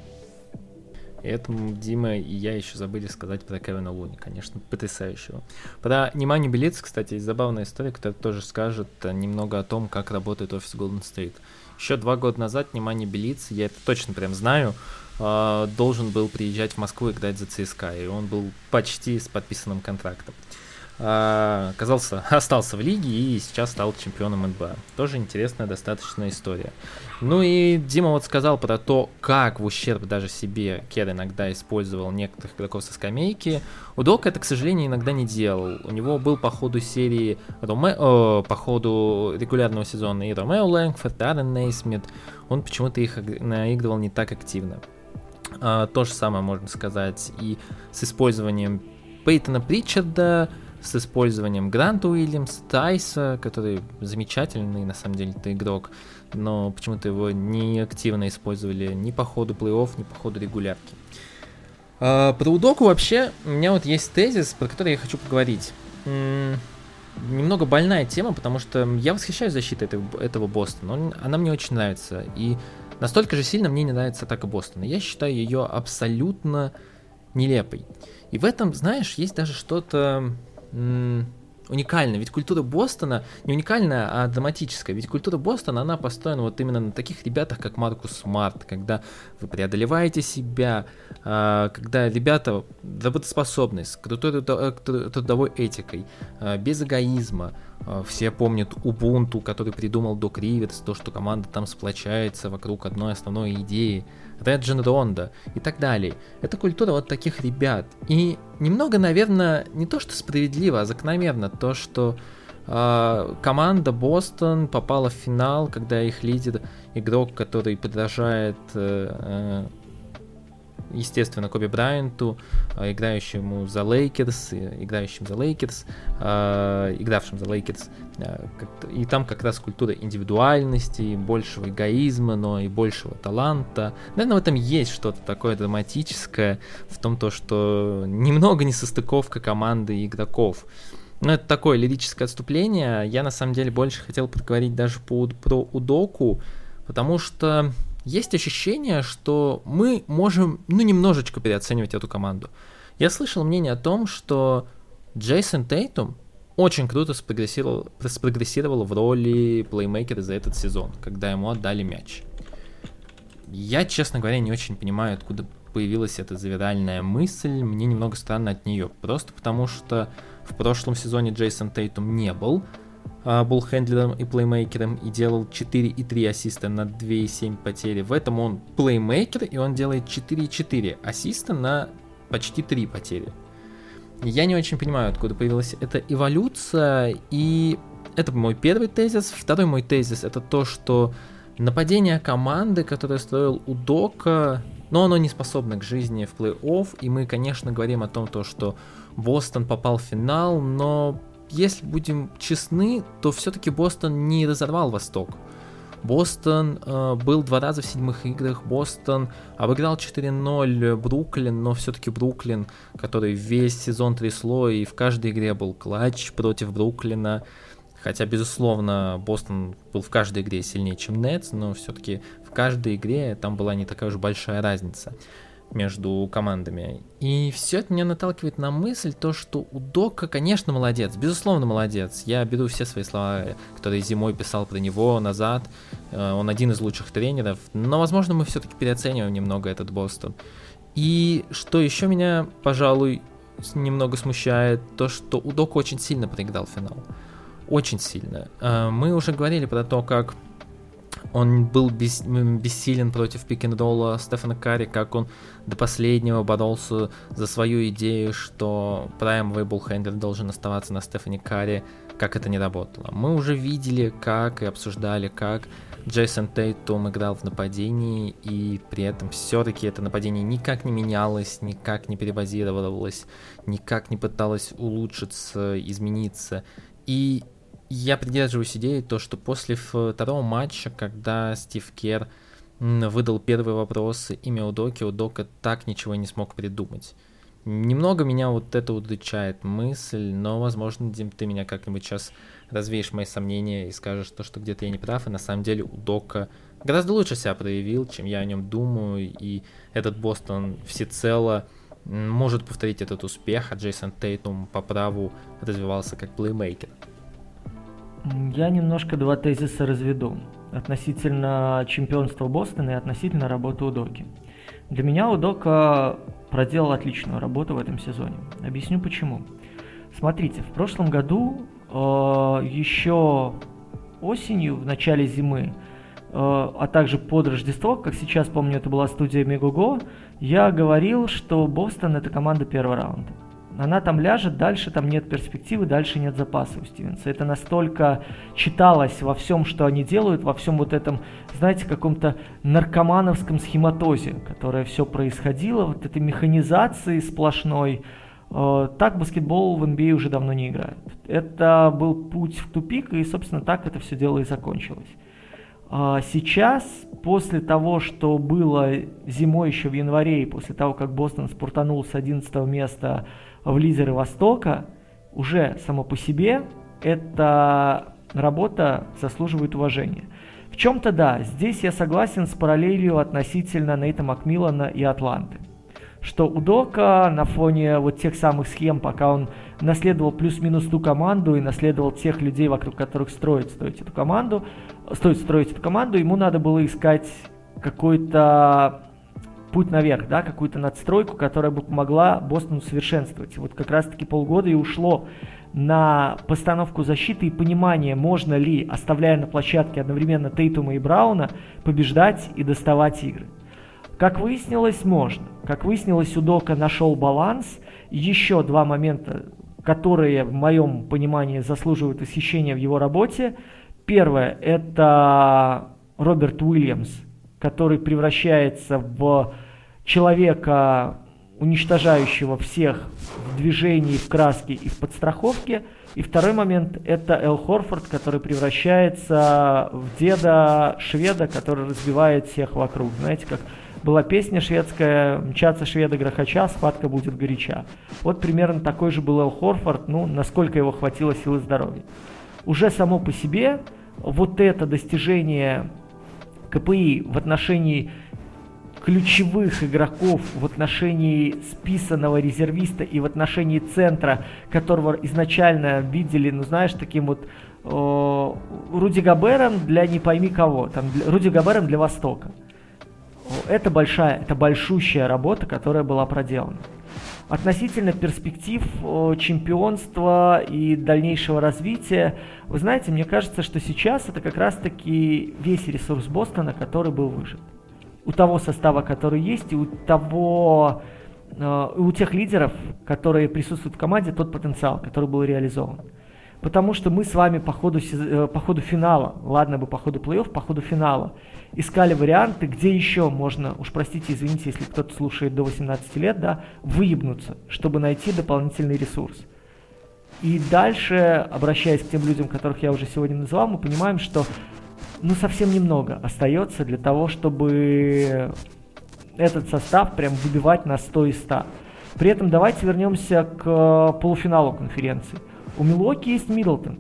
И этому Дима и я еще забыли сказать про Кевина Луни, конечно, потрясающего. Про Неманью Белица, кстати, есть забавная история, которая тоже скажет немного о том, как работает офис Golden State. Еще два года назад Неманья Белица, я это точно прям знаю, должен был приезжать в Москву и играть за ЦСКА, и он был почти с подписанным контрактом. Оказался, остался в лиге и сейчас стал чемпионом эн бэ а. Тоже интересная достаточно история. Ну и Дима вот сказал про то, как в ущерб даже себе Кер иногда использовал некоторых игроков со скамейки. Удока это, к сожалению, иногда не делал. У него был по ходу серии, Роме... О, по ходу регулярного сезона и Ромео Лэнгфорд, и Аарон Нейсмит. Он почему-то их наигрывал не так активно. А, то же самое можно сказать и с использованием Пейтона Притчарда, с использованием Гранта Уильямса, Тайса, который замечательный, на самом деле, это игрок, но почему-то его не активно использовали ни по ходу плей-офф, ни по ходу регулярки. А, про Удоку вообще у меня вот есть тезис, про который я хочу поговорить. М-м, немного больная тема, потому что я восхищаюсь защитой этого, этого Бостона, он, она мне очень нравится, и настолько же сильно мне не нравится атака Бостона. Я считаю ее абсолютно нелепой. И в этом, знаешь, есть даже что-то уникально, ведь культура Бостона не уникальная, а драматическая, ведь культура Бостона, она построена вот именно на таких ребятах, как Маркус Смарт, когда вы преодолеваете себя, когда ребята работоспособны, с крутой трудовой этикой, без эгоизма. Все помнят Убунту, который придумал Док Риверс, то, что команда там сплочается вокруг одной основной идеи, Реджин Ронда и так далее. Это культура вот таких ребят. И немного, наверное, не то что справедливо, а закономерно то, что э, команда Бостон попала в финал, когда их лидер, игрок, который подражает э, естественно, Коби Брайанту, играющему за Лейкерс, играющим за Лейкерс, игравшим за Лейкерс. И там как раз культура индивидуальности, большего эгоизма, но и большего таланта. Наверное, в этом есть что-то такое драматическое, в том, то, что немного несостыковка команды и игроков. Но это такое лирическое отступление. Я, на самом деле, больше хотел поговорить даже по, про Удоку, потому что есть ощущение, что мы можем, ну, немножечко переоценивать эту команду. Я слышал мнение о том, что Джейсон Тейтум очень круто спрогрессировал, спрогрессировал в роли плеймейкера за этот сезон, когда ему отдали мяч. Я, честно говоря, не очень понимаю, откуда появилась эта завиральная мысль. Мне немного странно от нее. Просто потому, что в прошлом сезоне Джейсон Тейтум не был болл-хендлером и плеймейкером и делал четыре и три ассиста на два и семь потери. В этом он плеймейкер, и он делает четыре и четыре ассиста на почти три потери. Я не очень понимаю, откуда появилась эта эволюция, и это мой первый тезис. Второй мой тезис — это то, что нападение команды, которое строил Удока, но оно не способно к жизни в плей-офф, и мы, конечно, говорим о том, то, что Бостон попал в финал, но если будем честны, то все-таки Бостон не разорвал Восток. Бостон э, был два раза в седьмых играх, Бостон обыграл четыре ноль Бруклин, но все-таки Бруклин, который весь сезон трясло и в каждой игре был клатч против Бруклина, Хотя, безусловно, Бостон был в каждой игре сильнее, чем Нетс, но все-таки в каждой игре там была не такая уж большая разница между командами. И все это меня наталкивает на мысль, то, что Удока, конечно, молодец, безусловно, молодец. Я беру все свои слова, которые зимой писал про него назад. Он один из лучших тренеров, но, возможно, мы все-таки переоцениваем немного этот Бостон. И что еще меня, пожалуй, немного смущает, то, что Удока очень сильно проиграл финал. Очень сильно. Мы уже говорили про то, как он был бес, бессилен против пик-н-ролла Стефана Карри, как он до последнего боролся за свою идею, что праймовый боллхендер должен оставаться на Стефане Карри, как это не работало. Мы уже видели, как и обсуждали, как Джейсон Тейтум играл в нападении, и при этом все-таки это нападение никак не менялось, никак не перебазировалось, никак не пыталось улучшиться, измениться. И я придерживаюсь идеи, то, что после второго матча, когда Стив Керр выдал первые вопросы имя Удоки, Удока так ничего не смог придумать. Немного меня вот это удручает мысль, но, возможно, Дим, ты меня как-нибудь сейчас развеешь мои сомнения и скажешь то, что где-то я не прав, и на самом деле Удока гораздо лучше себя проявил, чем я о нем думаю, и этот Бостон всецело может повторить этот успех, а Джейсон Тейтум по праву развивался как плеймейкер. Я немножко два тезиса разведу относительно чемпионства Бостона и относительно работы Удоки. Для меня Удока проделал отличную работу в этом сезоне. Объясню почему. Смотрите, в прошлом году э, еще осенью, в начале зимы, э, а также под Рождество, как сейчас помню, это была студия Мегого, я говорил, что Бостон — это команда первого раунда. Она там ляжет, дальше там нет перспективы, дальше нет запаса у Стивенса. Это настолько читалось во всем, что они делают, во всем вот этом, знаете, каком-то наркомановском схематозе, которое все происходило, вот этой механизации сплошной. Так баскетбол в эн би эй уже давно не играет. Это был путь в тупик, и, собственно, так это все дело и закончилось. Сейчас, после того, что было зимой еще в январе, и после того, как Бостон спуртанул с одиннадцатого места в лидеры Востока, уже само по себе эта работа заслуживает уважения. В чем-то да, здесь я согласен с параллелью относительно Нейта Макмиллана и Атланты. Что Удока на фоне вот тех самых схем, пока он наследовал плюс-минус ту команду и наследовал тех людей, вокруг которых строить, строить эту команду, стоит строить эту команду, ему надо было искать какой-то путь наверх, да, какую-то надстройку, которая бы помогла Бостону совершенствовать. Вот как раз-таки полгода и ушло на постановку защиты и понимание, можно ли, оставляя на площадке одновременно Тейтума и Брауна, побеждать и доставать игры. Как выяснилось, можно. Как выяснилось, Удока нашел баланс. Еще два момента, которые, в моем понимании, заслуживают восхищения в его работе. Первое – это Роберт Уильямс, который превращается в человека, уничтожающего всех в движении, в краске и в подстраховке. И второй момент – это Эл Хорфорд, который превращается в деда шведа, который разбивает всех вокруг. Знаете, как была песня шведская «Мчаться шведа грохоча, схватка будет горяча». Вот примерно такой же был Эл Хорфорд, ну, насколько его хватило сил и здоровья. Уже само по себе вот это достижение ка пэ и в отношении ключевых игроков, в отношении списанного резервиста и в отношении центра, которого изначально видели, ну знаешь, таким вот э, Руди Гобером для не пойми кого, там, для, Руди Гобером для Востока. Это большая, это большущая работа, которая была проделана. Относительно перспектив э, чемпионства и дальнейшего развития, вы знаете, мне кажется, что сейчас это как раз-таки весь ресурс Бостона, который был выжат. У того состава, который есть, и у того, э, у тех лидеров, которые присутствуют в команде, тот потенциал, который был реализован. Потому что мы с вами по ходу, э, по ходу финала, ладно бы по ходу плей-офф, по ходу финала, искали варианты, где еще можно, уж простите, извините, если кто-то слушает до восемнадцати лет, да, выебнуться, чтобы найти дополнительный ресурс. И дальше, обращаясь к тем людям, которых я уже сегодня называл, мы понимаем, что ну совсем немного остается для того, чтобы этот состав прям выбивать на сто из ста. При этом давайте вернемся к полуфиналу конференции. У Милуоки есть Миддлтон.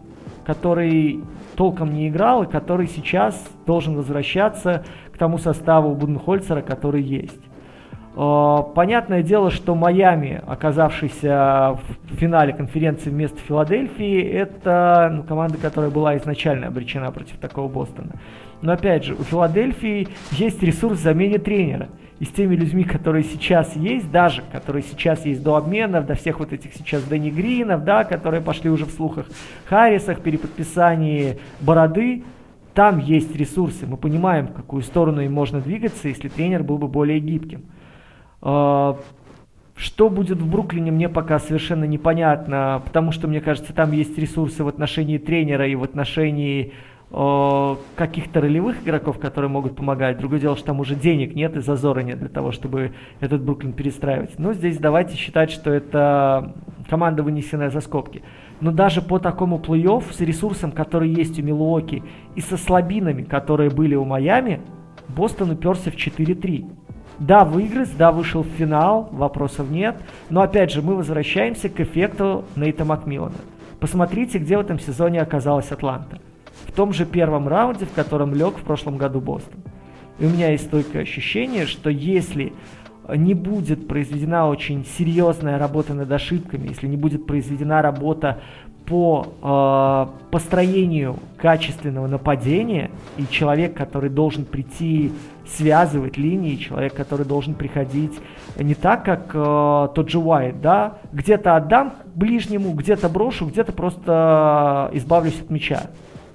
который толком не играл и который сейчас должен возвращаться к тому составу Буденхольцера, который есть. Понятное дело, что Майами, оказавшийся в финале конференции вместо Филадельфии, это ну, команда, которая была изначально обречена против такого Бостона. Но опять же, у Филадельфии есть ресурс в замене тренера. И с теми людьми, которые сейчас есть, даже которые сейчас есть до обменов, до всех вот этих сейчас Дэнни Гринов, да, которые пошли уже в слухах, Харрисах, переподписании Бороды, там есть ресурсы. Мы понимаем, в какую сторону им можно двигаться, если тренер был бы более гибким. Что будет в Бруклине, мне пока совершенно непонятно, потому что, мне кажется, там есть ресурсы в отношении тренера и в отношении э, каких-то ролевых игроков, которые могут помогать. Другое дело, что там уже денег нет и зазора нет для того, чтобы этот Бруклин перестраивать. Но здесь давайте считать, что это команда, вынесенная за скобки. Но даже по такому плей-офф с ресурсом, который есть у Милуоки, и со слабинами, которые были у Майами, Бостон уперся в четыре три. Да, выиграть, да, вышел в финал, вопросов нет. Но опять же, мы возвращаемся к эффекту Нейта Макмиллана. Посмотрите, где в этом сезоне оказалась Атланта. В том же первом раунде, в котором лег в прошлом году Бостон. И у меня есть стойкое ощущение, что если не будет произведена очень серьезная работа над ошибками, если не будет произведена работа по э, построению качественного нападения, и человек, который должен прийти связывать линии, человек, который должен приходить не так, как э, тот же Уайт, да, где-то отдам ближнему, где-то брошу, где-то просто избавлюсь от мяча.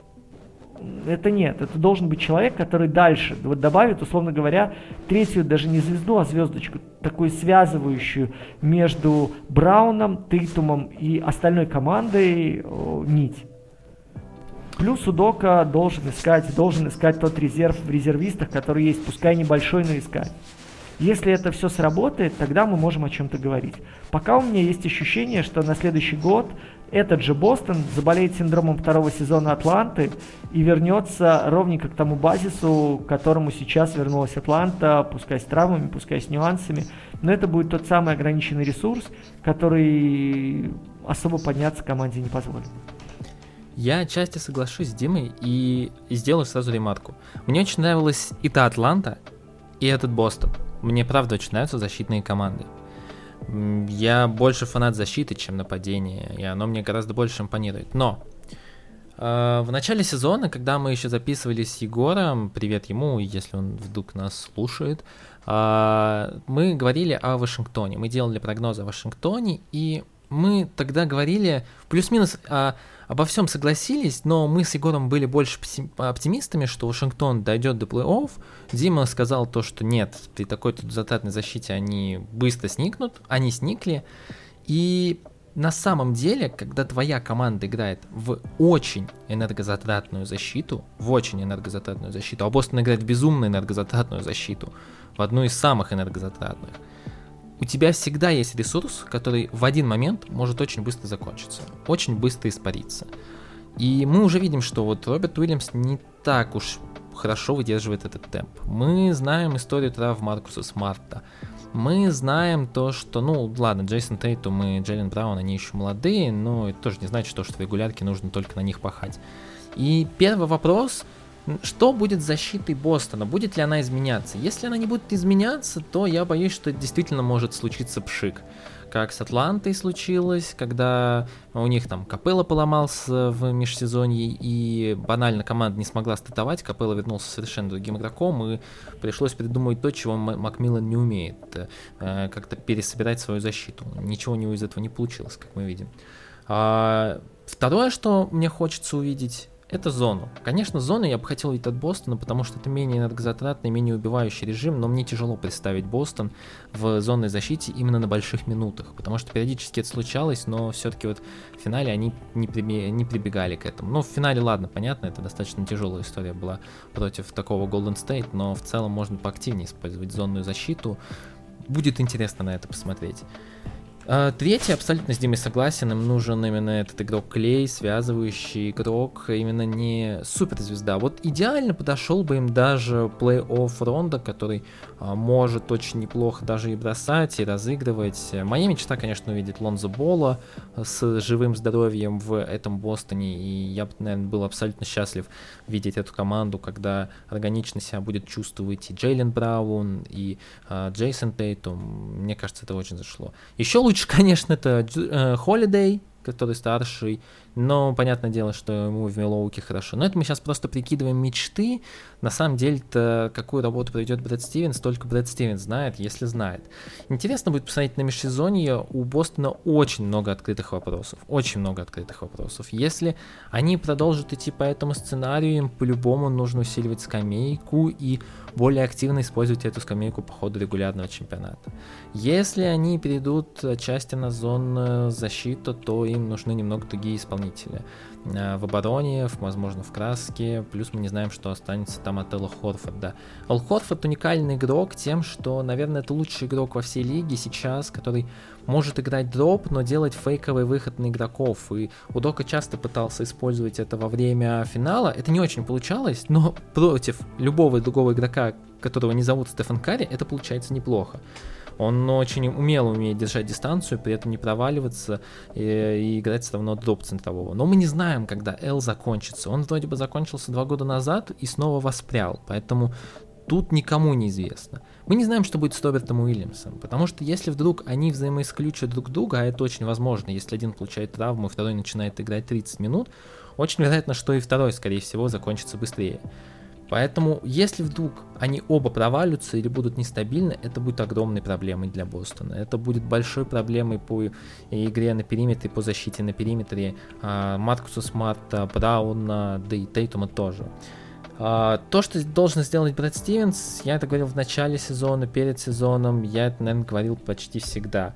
Это нет, это должен быть человек, который дальше вот добавит, условно говоря, третью, даже не звезду, а звездочку, такую связывающую между Брауном, Тейтумом и остальной командой о, нить. Плюс Удока должен искать, должен искать тот резерв в резервистах, который есть, пускай небольшой, но искать. Если это все сработает, тогда мы можем о чем-то говорить. Пока у меня есть ощущение, что на следующий год этот же Бостон заболеет синдромом второго сезона Атланты и вернется ровненько к тому базису, к которому сейчас вернулась Атланта, пускай с травмами, пускай с нюансами. Но это будет тот самый ограниченный ресурс, который особо подняться команде не позволит. Я отчасти соглашусь с Димой и сделаю сразу ремарку. Мне очень нравилась и та Атланта, и этот Бостон. Мне правда очень нравятся защитные команды. Я больше фанат защиты, чем нападения, и оно мне гораздо больше импонирует. Но э, в начале сезона, когда мы еще записывались с Егором, привет ему, если он вдруг нас слушает, э, мы говорили о Вашингтоне. Мы делали прогнозы о Вашингтоне, и мы тогда говорили, плюс-минус э, обо всем согласились, но мы с Егором были больше оптимистами, что Вашингтон дойдет до плей-офф. Дима сказал то, что нет, при такой тут затратной защите они быстро сникнут, они сникли. И на самом деле, когда твоя команда играет в очень энергозатратную защиту, в очень энергозатратную защиту, а Бостон играет в безумно энергозатратную защиту, в одну из самых энергозатратных, у тебя всегда есть ресурс, который в один момент может очень быстро закончиться, очень быстро испариться. И мы уже видим, что вот Роберт Уильямс не так уж хорошо выдерживает этот темп. Мы знаем историю трав Маркуса Смарта. Мы знаем то, что, ну ладно, Джейсон Тейтум и Джейлен Браун, они еще молодые, но это тоже не значит, что в регулярке нужно только на них пахать. И первый вопрос: что будет с защитой Бостона? Будет ли она изменяться? Если она не будет изменяться, то я боюсь, что это действительно может случиться пшик. Как с Атлантой случилось, когда у них там Капелло поломался в межсезонье, и банально команда не смогла стартовать, Капелло вернулся совершенно другим игроком, и пришлось придумывать то, чего Макмиллан не умеет, как-то пересобирать свою защиту. Ничего у него из этого не получилось, как мы видим. А второе, что мне хочется увидеть, это зону. Конечно, зону я бы хотел видеть от Бостона, потому что это менее энергозатратный, менее убивающий режим, но мне тяжело представить Бостон в зонной защите именно на больших минутах, потому что периодически это случалось, но все-таки вот в финале они не, приби- не прибегали к этому. Ну, в финале, ладно, понятно, это достаточно тяжелая история была против такого Golden State, но в целом можно поактивнее использовать зонную защиту. Будет интересно на это посмотреть. А, третий, абсолютно с Димой согласен, им нужен именно этот игрок Клей, связывающий игрок, именно не суперзвезда. Вот идеально подошел бы им даже плей-офф Рондо, который а, может очень неплохо даже и бросать, и разыгрывать. Моя мечта, конечно, увидеть Лонзо Болла с живым здоровьем в этом Бостоне, и я бы, наверное, был абсолютно счастлив видеть эту команду, когда органично себя будет чувствовать и Джейлен Браун, и а, Джейсон Тейтум. Мне кажется, это очень зашло. Еще лучше, конечно, это Холидей, который старший, но понятное дело, что ему в Милуоки хорошо. Но это мы сейчас просто прикидываем мечты. На самом деле-то, какую работу проведет Брэд Стивенс, только Брэд Стивенс знает, если знает. Интересно будет посмотреть на межсезонье. У Бостона очень много открытых вопросов. Очень много открытых вопросов. Если они продолжат идти по этому сценарию, им по-любому нужно усиливать скамейку и более активно использовать эту скамейку по ходу регулярного чемпионата. Если они перейдут отчасти на зону защиты, то им нужны немного другие исполнители. В обороне, возможно, в краске. Плюс мы не знаем, что останется там от Элла Хорфорда. Эл Хорфорд уникальный игрок тем, что, наверное, это лучший игрок во всей лиге сейчас, который может играть дроп, но делать фейковый выход на игроков. И Удока часто пытался использовать это во время финала. Это не очень получалось, но против любого другого игрока, которого не зовут Стефан Карри, это получается неплохо. Он очень умело умеет держать дистанцию, при этом не проваливаться и, и играть все равно дроп центрового. Но мы не знаем, когда Эл закончится. Он вроде бы закончился два года назад и снова воспрял, поэтому тут никому не известно. Мы не знаем, что будет с Робертом Уильямсом, потому что если вдруг они взаимоисключат друг друга, а это очень возможно, если один получает травму, второй начинает играть тридцать минут, очень вероятно, что и второй, скорее всего, закончится быстрее. Поэтому, если вдруг они оба провалятся или будут нестабильны, это будет огромной проблемой для Бостона. Это будет большой проблемой по игре на периметре, по защите на периметре Маркуса Смарта, Брауна, да и Тейтума тоже. То, что должен сделать Брэд Стивенс, я это говорил в начале сезона, перед сезоном, я это, наверное, говорил почти всегда.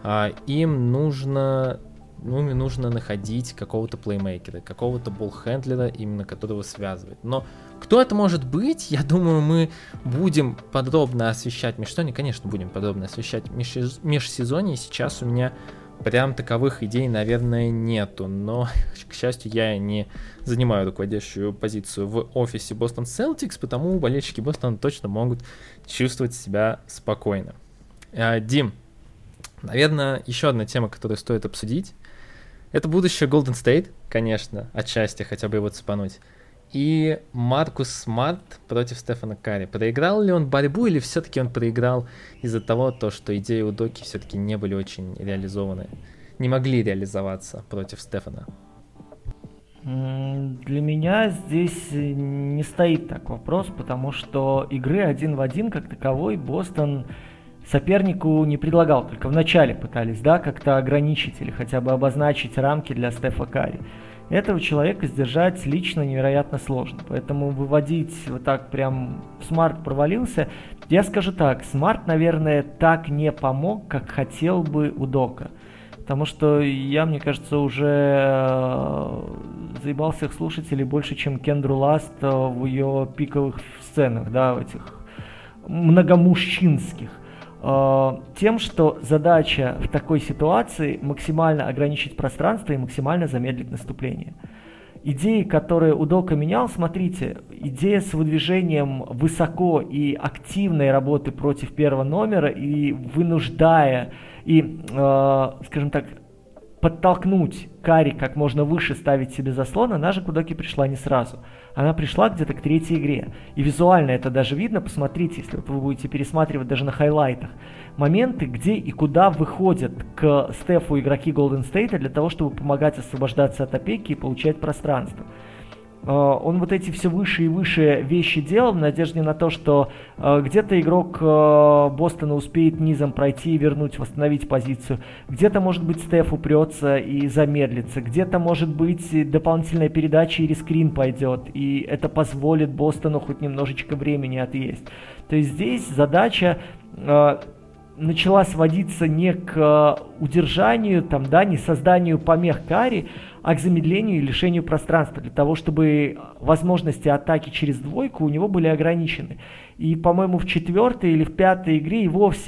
Им нужно... Ну, им нужно находить какого-то плеймейкера, какого-то болл-хендлера, именно которого связывать. Но кто это может быть, я думаю, мы будем подробно освещать межсезонье. Конечно, будем подробно освещать межсезонье. Сейчас у меня прям таковых идей, наверное, нету. Но, к счастью, я не занимаю руководящую позицию в офисе Boston Celtics, потому болельщики Бостона точно могут чувствовать себя спокойно. Дим, наверное, еще одна тема, которую стоит обсудить. Это будущее Golden State, конечно, отчасти хотя бы его цепануть. И Маркус Смарт против Стефана Карри. Проиграл ли он борьбу или все-таки он проиграл из-за того, то, что идеи у Доки все-таки не были очень реализованы, не могли реализоваться против Стефана? Для меня здесь не стоит так вопрос, потому что игры один в один как таковой Бостон сопернику не предлагал, только вначале пытались, да, как-то ограничить или хотя бы обозначить рамки для Стефа Карри. Этого человека сдержать лично невероятно сложно, поэтому выводить вот так прям Смарт провалился. Я скажу так, Смарт, наверное, так не помог, как хотел бы Удока. Потому что я, мне кажется, уже заебал всех слушателей больше, чем Кендру Ласт в ее пиковых сценах, да, в этих многомужчинских. Тем, что задача в такой ситуации максимально ограничить пространство и максимально замедлить наступление. Идеи, которые Удока менял, смотрите, идея с выдвижением высоко и активной работы против первого номера и вынуждая, и, э, скажем так, подтолкнуть Карри как можно выше ставить себе заслон, она же к Удоке пришла не сразу. Она пришла где-то к третьей игре. И визуально это даже видно. Посмотрите, если вот вы будете пересматривать даже на хайлайтах. Моменты, где и куда выходят к Стефу игроки Golden State для того, чтобы помогать освобождаться от опеки и получать пространство. Он вот эти все выше и выше вещи делал в надежде на то, что э, где-то игрок э, Бостона успеет низом пройти и вернуть, восстановить позицию. Где-то, может быть, Стеф упрется и замедлится. Где-то, может быть, дополнительная передача или скрин пойдет. И это позволит Бостону хоть немножечко времени отъесть. То есть здесь задача... Э, начала сводиться не к удержанию, там, да, не созданию помех Карри, а к замедлению и лишению пространства, для того, чтобы возможности атаки через двойку у него были ограничены. И, по-моему, в четвертой или в пятой игре и вовсе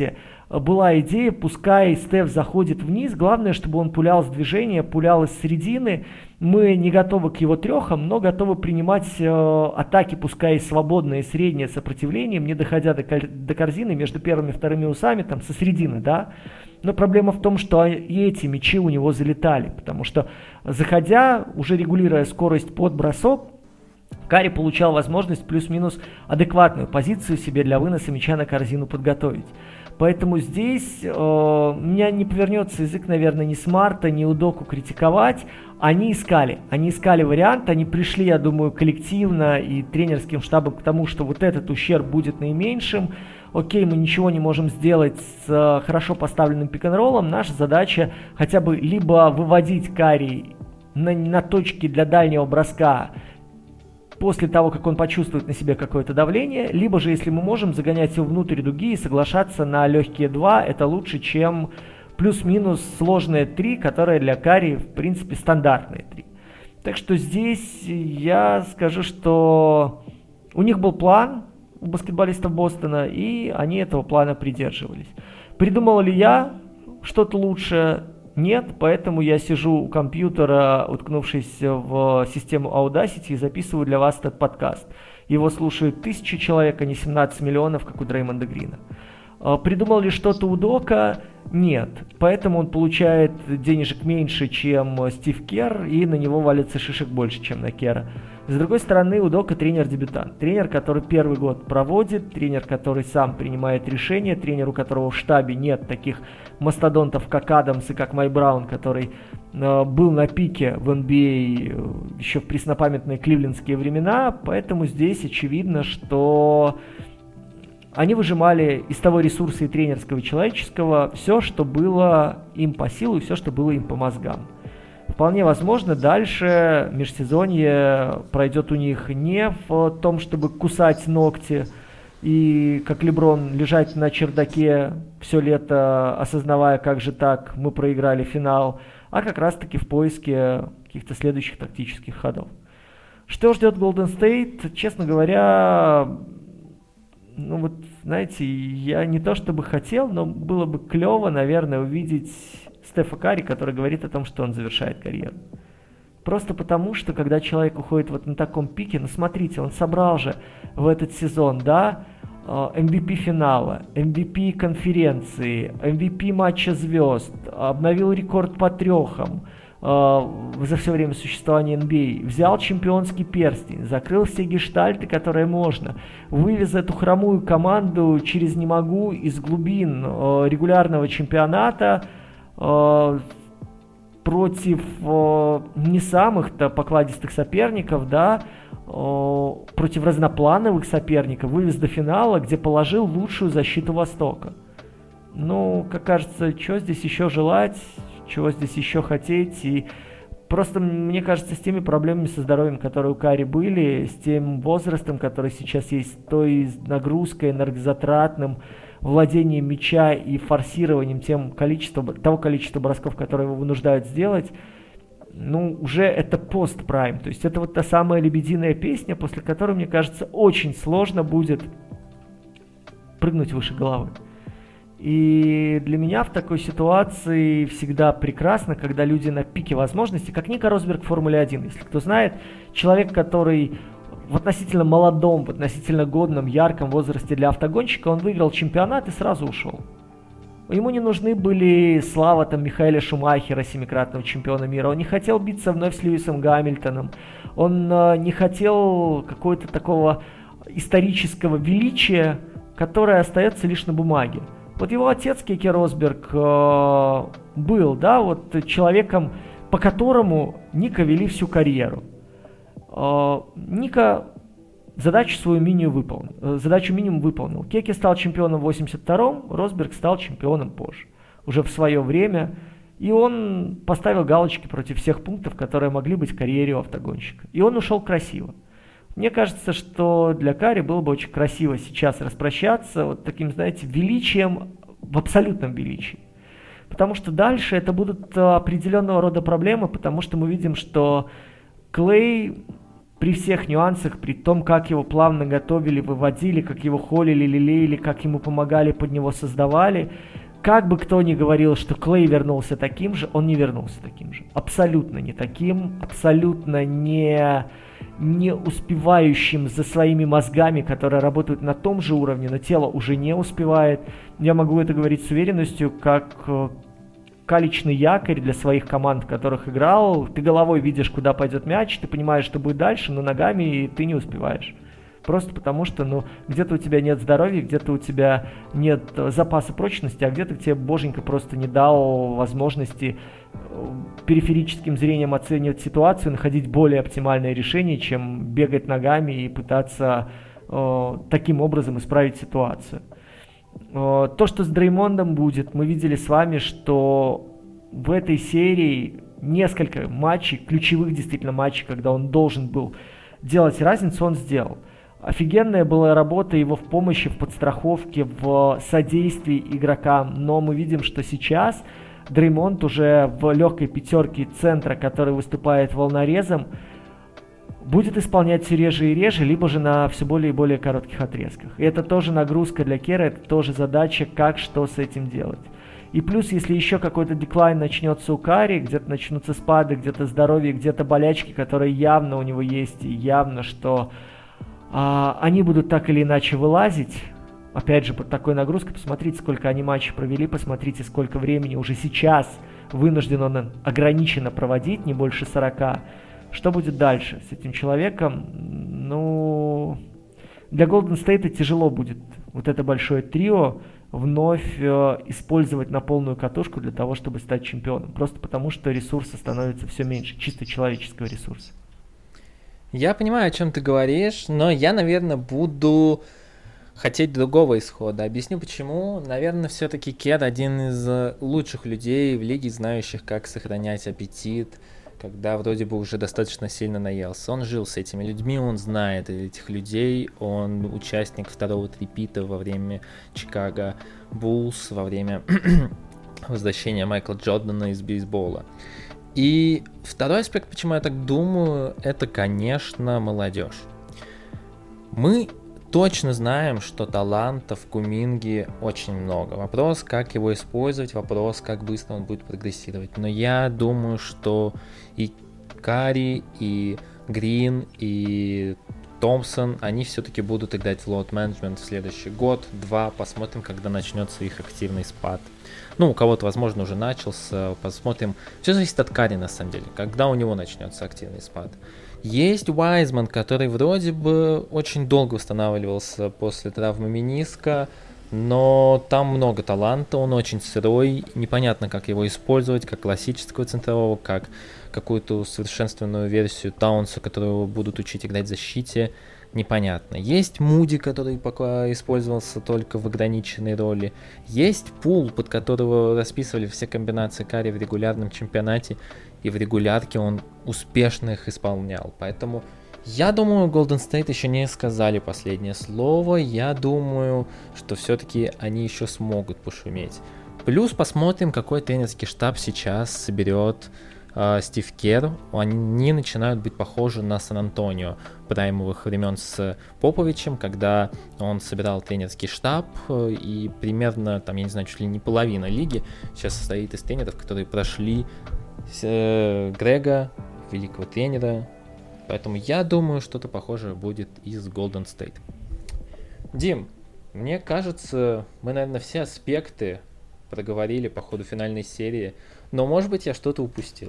была идея, пускай Стеф заходит вниз, главное, чтобы он пулял с движения, пулял из середины. Мы не готовы к его трехам, но готовы принимать э, атаки, пускай и свободное, и среднее сопротивление, не доходя до, до корзины между первыми и вторыми усами, там, со середины, да. Но проблема в том, что и эти мячи у него залетали, потому что, заходя, уже регулируя скорость под бросок, Карри получал возможность плюс-минус адекватную позицию себе для выноса мяча на корзину подготовить. Поэтому здесь э, у меня не повернется язык, наверное, ни Смарта, ни Удоку критиковать. Они искали, они искали вариант, они пришли, я думаю, коллективно и тренерским штабом к тому, что вот этот ущерб будет наименьшим. Окей, мы ничего не можем сделать с э, хорошо поставленным пик-н-роллом. Наша задача хотя бы либо выводить Карри на, на точки для дальнего броска после того, как он почувствует на себе какое-то давление, либо же, если мы можем, загонять его внутрь дуги и соглашаться на легкие два, это лучше, чем плюс-минус сложные три, которые для Карри, в принципе, стандартные три. Так что здесь я скажу, что у них был план, у баскетболистов Бостона, и они этого плана придерживались. Придумал ли я что-то лучше? Нет, поэтому я сижу у компьютера, уткнувшись в систему Audacity, и записываю для вас этот подкаст. Его слушают тысячи человек, а не семнадцать миллионов, как у Дреймонда Грина. Придумал ли что-то Удока? Нет. Поэтому он получает денежек меньше, чем Стив Керр, и на него валится шишек больше, чем на Керра. С другой стороны, Удока тренер-дебютант. Тренер, который первый год проводит, тренер, который сам принимает решения, тренер, у которого в штабе нет таких мастодонтов, как Адамс и как Май Браун, который э, был на пике в эн би эй э, еще в преснопамятные кливлендские времена. Поэтому здесь очевидно, что они выжимали из того ресурса и тренерского, и человеческого все, что было им по силу, и все, что было им по мозгам. Вполне возможно, дальше межсезонье пройдет у них не в том, чтобы кусать ногти и, как Леброн, лежать на чердаке все лето, осознавая, как же так, мы проиграли финал, а как раз-таки в поиске каких-то следующих тактических ходов. Что ждет Golden State? Честно говоря, ну вот, знаете, я не то чтобы хотел, но было бы клево, наверное, увидеть Стефа Карри, который говорит о том, что он завершает карьеру. Просто потому, что когда человек уходит вот на таком пике, ну смотрите, он собрал же в этот сезон, да, эм ви пи финала, эм ви пи конференции, эм ви пи матча звезд, обновил рекорд по трехам э, за все время существования эн би эй, взял чемпионский перстень, закрыл все гештальты, которые можно, вывез эту хромую команду через «не могу» из глубин э, регулярного чемпионата э, против э, не самых-то покладистых соперников, да, э, против разноплановых соперников, вывез до финала, где положил лучшую защиту Востока. Ну, как кажется, что здесь еще желать, чего здесь еще хотеть, и просто, мне кажется, с теми проблемами со здоровьем, которые у Карри были, с тем возрастом, который сейчас есть, с той нагрузкой энергозатратным, владением мяча и форсированием тем количеством, того количества бросков, которые его вынуждают сделать, ну, уже это пост-прайм. То есть это вот та самая лебединая песня, после которой, мне кажется, очень сложно будет прыгнуть выше головы. И для меня в такой ситуации всегда прекрасно, когда люди на пике возможностей, как Нико Росберг в Формуле один. Если кто знает, человек, который в относительно молодом, в относительно годном, ярком возрасте для автогонщика, он выиграл чемпионат и сразу ушел. Ему не нужны были слава там Михаэля Шумахера, семикратного чемпиона мира. Он не хотел биться вновь с Льюисом Гамильтоном. Он э, не хотел какого-то такого исторического величия, которое остается лишь на бумаге. Вот его отец Кеке Росберг э, был, да, вот человеком, по которому Нико вели всю карьеру. Нико задачу свою минимум выполнил. Задачу минимум выполнил. Кеке стал чемпионом в восемьдесят втором, Росберг стал чемпионом позже, уже в свое время. И он поставил галочки против всех пунктов, которые могли быть в карьере у автогонщика. И он ушел красиво. Мне кажется, что для Карри было бы очень красиво сейчас распрощаться вот таким, знаете, величием, в абсолютном величии. Потому что дальше это будут определенного рода проблемы, потому что мы видим, что Клей при всех нюансах, при том, как его плавно готовили, выводили, как его холили, лелеяли, как ему помогали, под него создавали, как бы кто ни говорил, что Клей вернулся таким же, он не вернулся таким же. Абсолютно не таким, абсолютно не, не успевающим за своими мозгами, которые работают на том же уровне, но тело уже не успевает. Я могу это говорить с уверенностью, как калечный якорь для своих команд, в которых играл. Ты головой видишь, куда пойдет мяч, ты понимаешь, что будет дальше, но ногами ты не успеваешь. Просто потому что, ну, где-то у тебя нет здоровья, где-то у тебя нет запаса прочности, а где-то тебе боженька просто не дал возможности периферическим зрением оценивать ситуацию, находить более оптимальное решение, чем бегать ногами и пытаться э, таким образом исправить ситуацию. Э, то, что с Дреймондом будет, мы видели с вами, что в этой серии несколько матчей, ключевых действительно матчей, когда он должен был делать разницу, он сделал. Офигенная была работа его в помощи, в подстраховке, в содействии игрокам, но мы видим, что сейчас Дреймонд уже в легкой пятерке центра, который выступает волнорезом, будет исполнять все реже и реже, либо же на все более и более коротких отрезках. И это тоже нагрузка для Кера, это тоже задача, как что с этим делать. И плюс, если еще какой-то деклайн начнется у Карри, где-то начнутся спады, где-то здоровье, где-то болячки, которые явно у него есть, и явно, что а, они будут так или иначе вылазить. Опять же, под такой нагрузкой, посмотрите, сколько они матчей провели, посмотрите, сколько времени уже сейчас вынужден он ограниченно проводить, не больше сорока. Что будет дальше с этим человеком? Ну, для Golden State тяжело будет вот это большое трио вновь э, использовать на полную катушку для того, чтобы стать чемпионом. Просто потому, что ресурса становится все меньше, чисто человеческого ресурса. Я понимаю, о чем ты говоришь, но я, наверное, буду хотеть другого исхода. Объясню почему. Наверное, все-таки Кер один из лучших людей в лиге, знающих, как сохранять аппетит, когда вроде бы уже достаточно сильно наелся. Он жил с этими людьми, он знает этих людей, он участник второго трипита во время Чикаго Буллс, во время возвращения Майкла Джордана из бейсбола. И второй аспект, почему я так думаю, это, конечно, молодежь. Мы точно знаем, что таланта в Куминге очень много. Вопрос, как его использовать, вопрос, как быстро он будет прогрессировать. Но я думаю, что и Карри, и Грин, и Томпсон, они все-таки будут играть в лоуд-менеджмент в следующий год-два. Посмотрим, когда начнется их активный спад. Ну, у кого-то, возможно, уже начался. Посмотрим. Все зависит от Карри, на самом деле. Когда у него начнется активный спад. Есть Уайзман, который вроде бы очень долго восстанавливался после травмы мениска, но там много таланта, он очень сырой, непонятно, как его использовать, как классического центрового, как какую-то усовершенствованную версию Таунса, которого будут учить играть в защите, непонятно. Есть Муди, который пока использовался только в ограниченной роли. Есть Пул, под которого расписывали все комбинации Карри в регулярном чемпионате, и в регулярке он успешно их исполнял. Поэтому я думаю, Golden State еще не сказали последнее слово. Я думаю, что все-таки они еще смогут пошуметь. Плюс посмотрим, какой тренерский штаб сейчас соберет э, Стив Кер. Они начинают быть похожи на Сан-Антонио праймовых времен с Поповичем, когда он собирал тренерский штаб, и примерно, там, я не знаю, чуть ли не половина лиги сейчас состоит из тренеров, которые прошли э, Грега, великого тренера. Поэтому я думаю, что-то похожее будет из Golden State. Дим, мне кажется, мы, наверное, все аспекты проговорили по ходу финальной серии, но, может быть, я что-то упустил.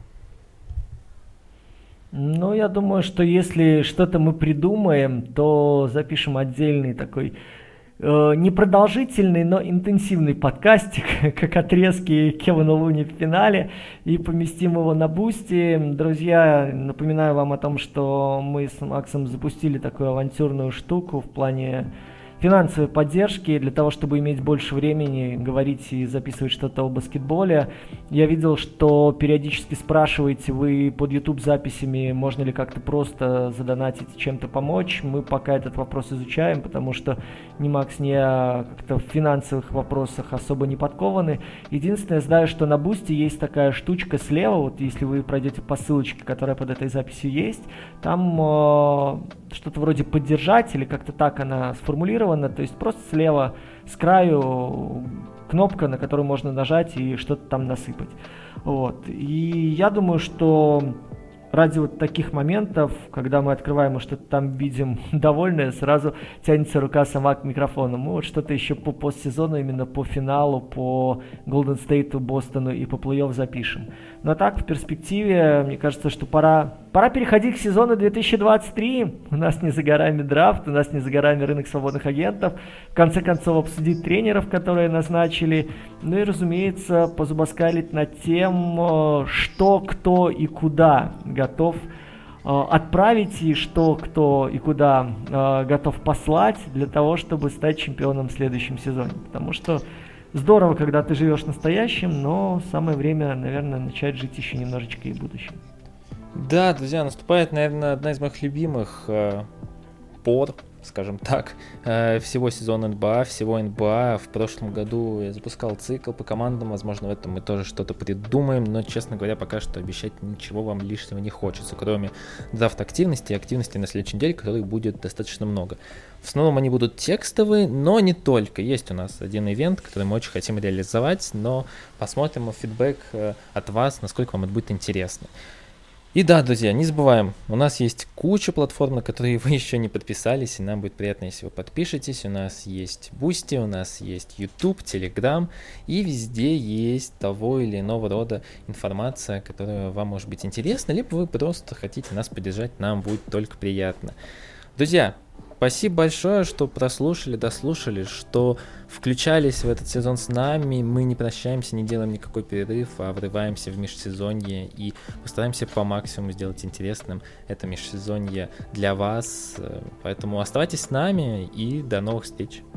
Ну, я думаю, что если что-то мы придумаем, то запишем отдельный такой э, непродолжительный, но интенсивный подкастик, как отрезки Кевина Луни в финале, и поместим его на Бусти. Друзья, напоминаю вам о том, что мы с Максом запустили такую авантюрную штуку в плане финансовой поддержки для того, чтобы иметь больше времени говорить и записывать что-то о баскетболе. Я видел, что периодически спрашиваете вы под YouTube записями, можно ли как-то просто задонатить, чем-то помочь. Мы пока этот вопрос изучаем, потому что ни Макс, ни я как-то в финансовых вопросах особо не подкованы. Единственное, знаю, что на Бусти есть такая штучка слева, вот если вы пройдете по ссылочке, которая под этой записью есть, там э, что-то вроде поддержать или как-то так она сформулирована. То есть просто слева с краю кнопка, на которую можно нажать и что-то там насыпать. Вот. И я думаю, что ради вот таких моментов, когда мы открываем и что-то там видим довольное, сразу тянется рука сама к микрофону. Мы вот что-то еще по постсезону, именно по финалу, по Golden State, Бостону и по плей-офф запишем. Но так, в перспективе, мне кажется, что пора, пора переходить к сезону две тысячи двадцать три. У нас не за горами драфт, у нас не за горами рынок свободных агентов. В конце концов, обсудить тренеров, которые назначили. Ну и, разумеется, позубоскалить над тем, что, кто и куда готов отправить, и что, кто и куда э, готов послать для того, чтобы стать чемпионом в следующем сезоне. Потому что здорово, когда ты живешь настоящим, но самое время, наверное, начать жить еще немножечко и будущим. Да, друзья, наступает, наверное, одна из моих любимых э, пор, скажем так, э, всего сезона эн би эй, всего эн би эй. В прошлом году я запускал цикл по командам, возможно, в этом мы тоже что-то придумаем, но, честно говоря, пока что обещать ничего вам лишнего не хочется, кроме драфт активности и активности на следующей неделе, которых будет достаточно много. В основном они будут текстовые, но не только. Есть у нас один ивент, который мы очень хотим реализовать, но посмотрим фидбэк э, от вас, насколько вам это будет интересно. И да, друзья, не забываем, у нас есть куча платформ, на которые вы еще не подписались, и нам будет приятно, если вы подпишетесь. У нас есть Boosty, у нас есть YouTube, Telegram, и везде есть того или иного рода информация, которая вам может быть интересна, либо вы просто хотите нас поддержать, нам будет только приятно. Друзья, спасибо большое, что прослушали, дослушали, что включались в этот сезон с нами. Мы не прощаемся, не делаем никакой перерыв, а врываемся в межсезонье и постараемся по максимуму сделать интересным это межсезонье для вас. Поэтому оставайтесь с нами и до новых встреч.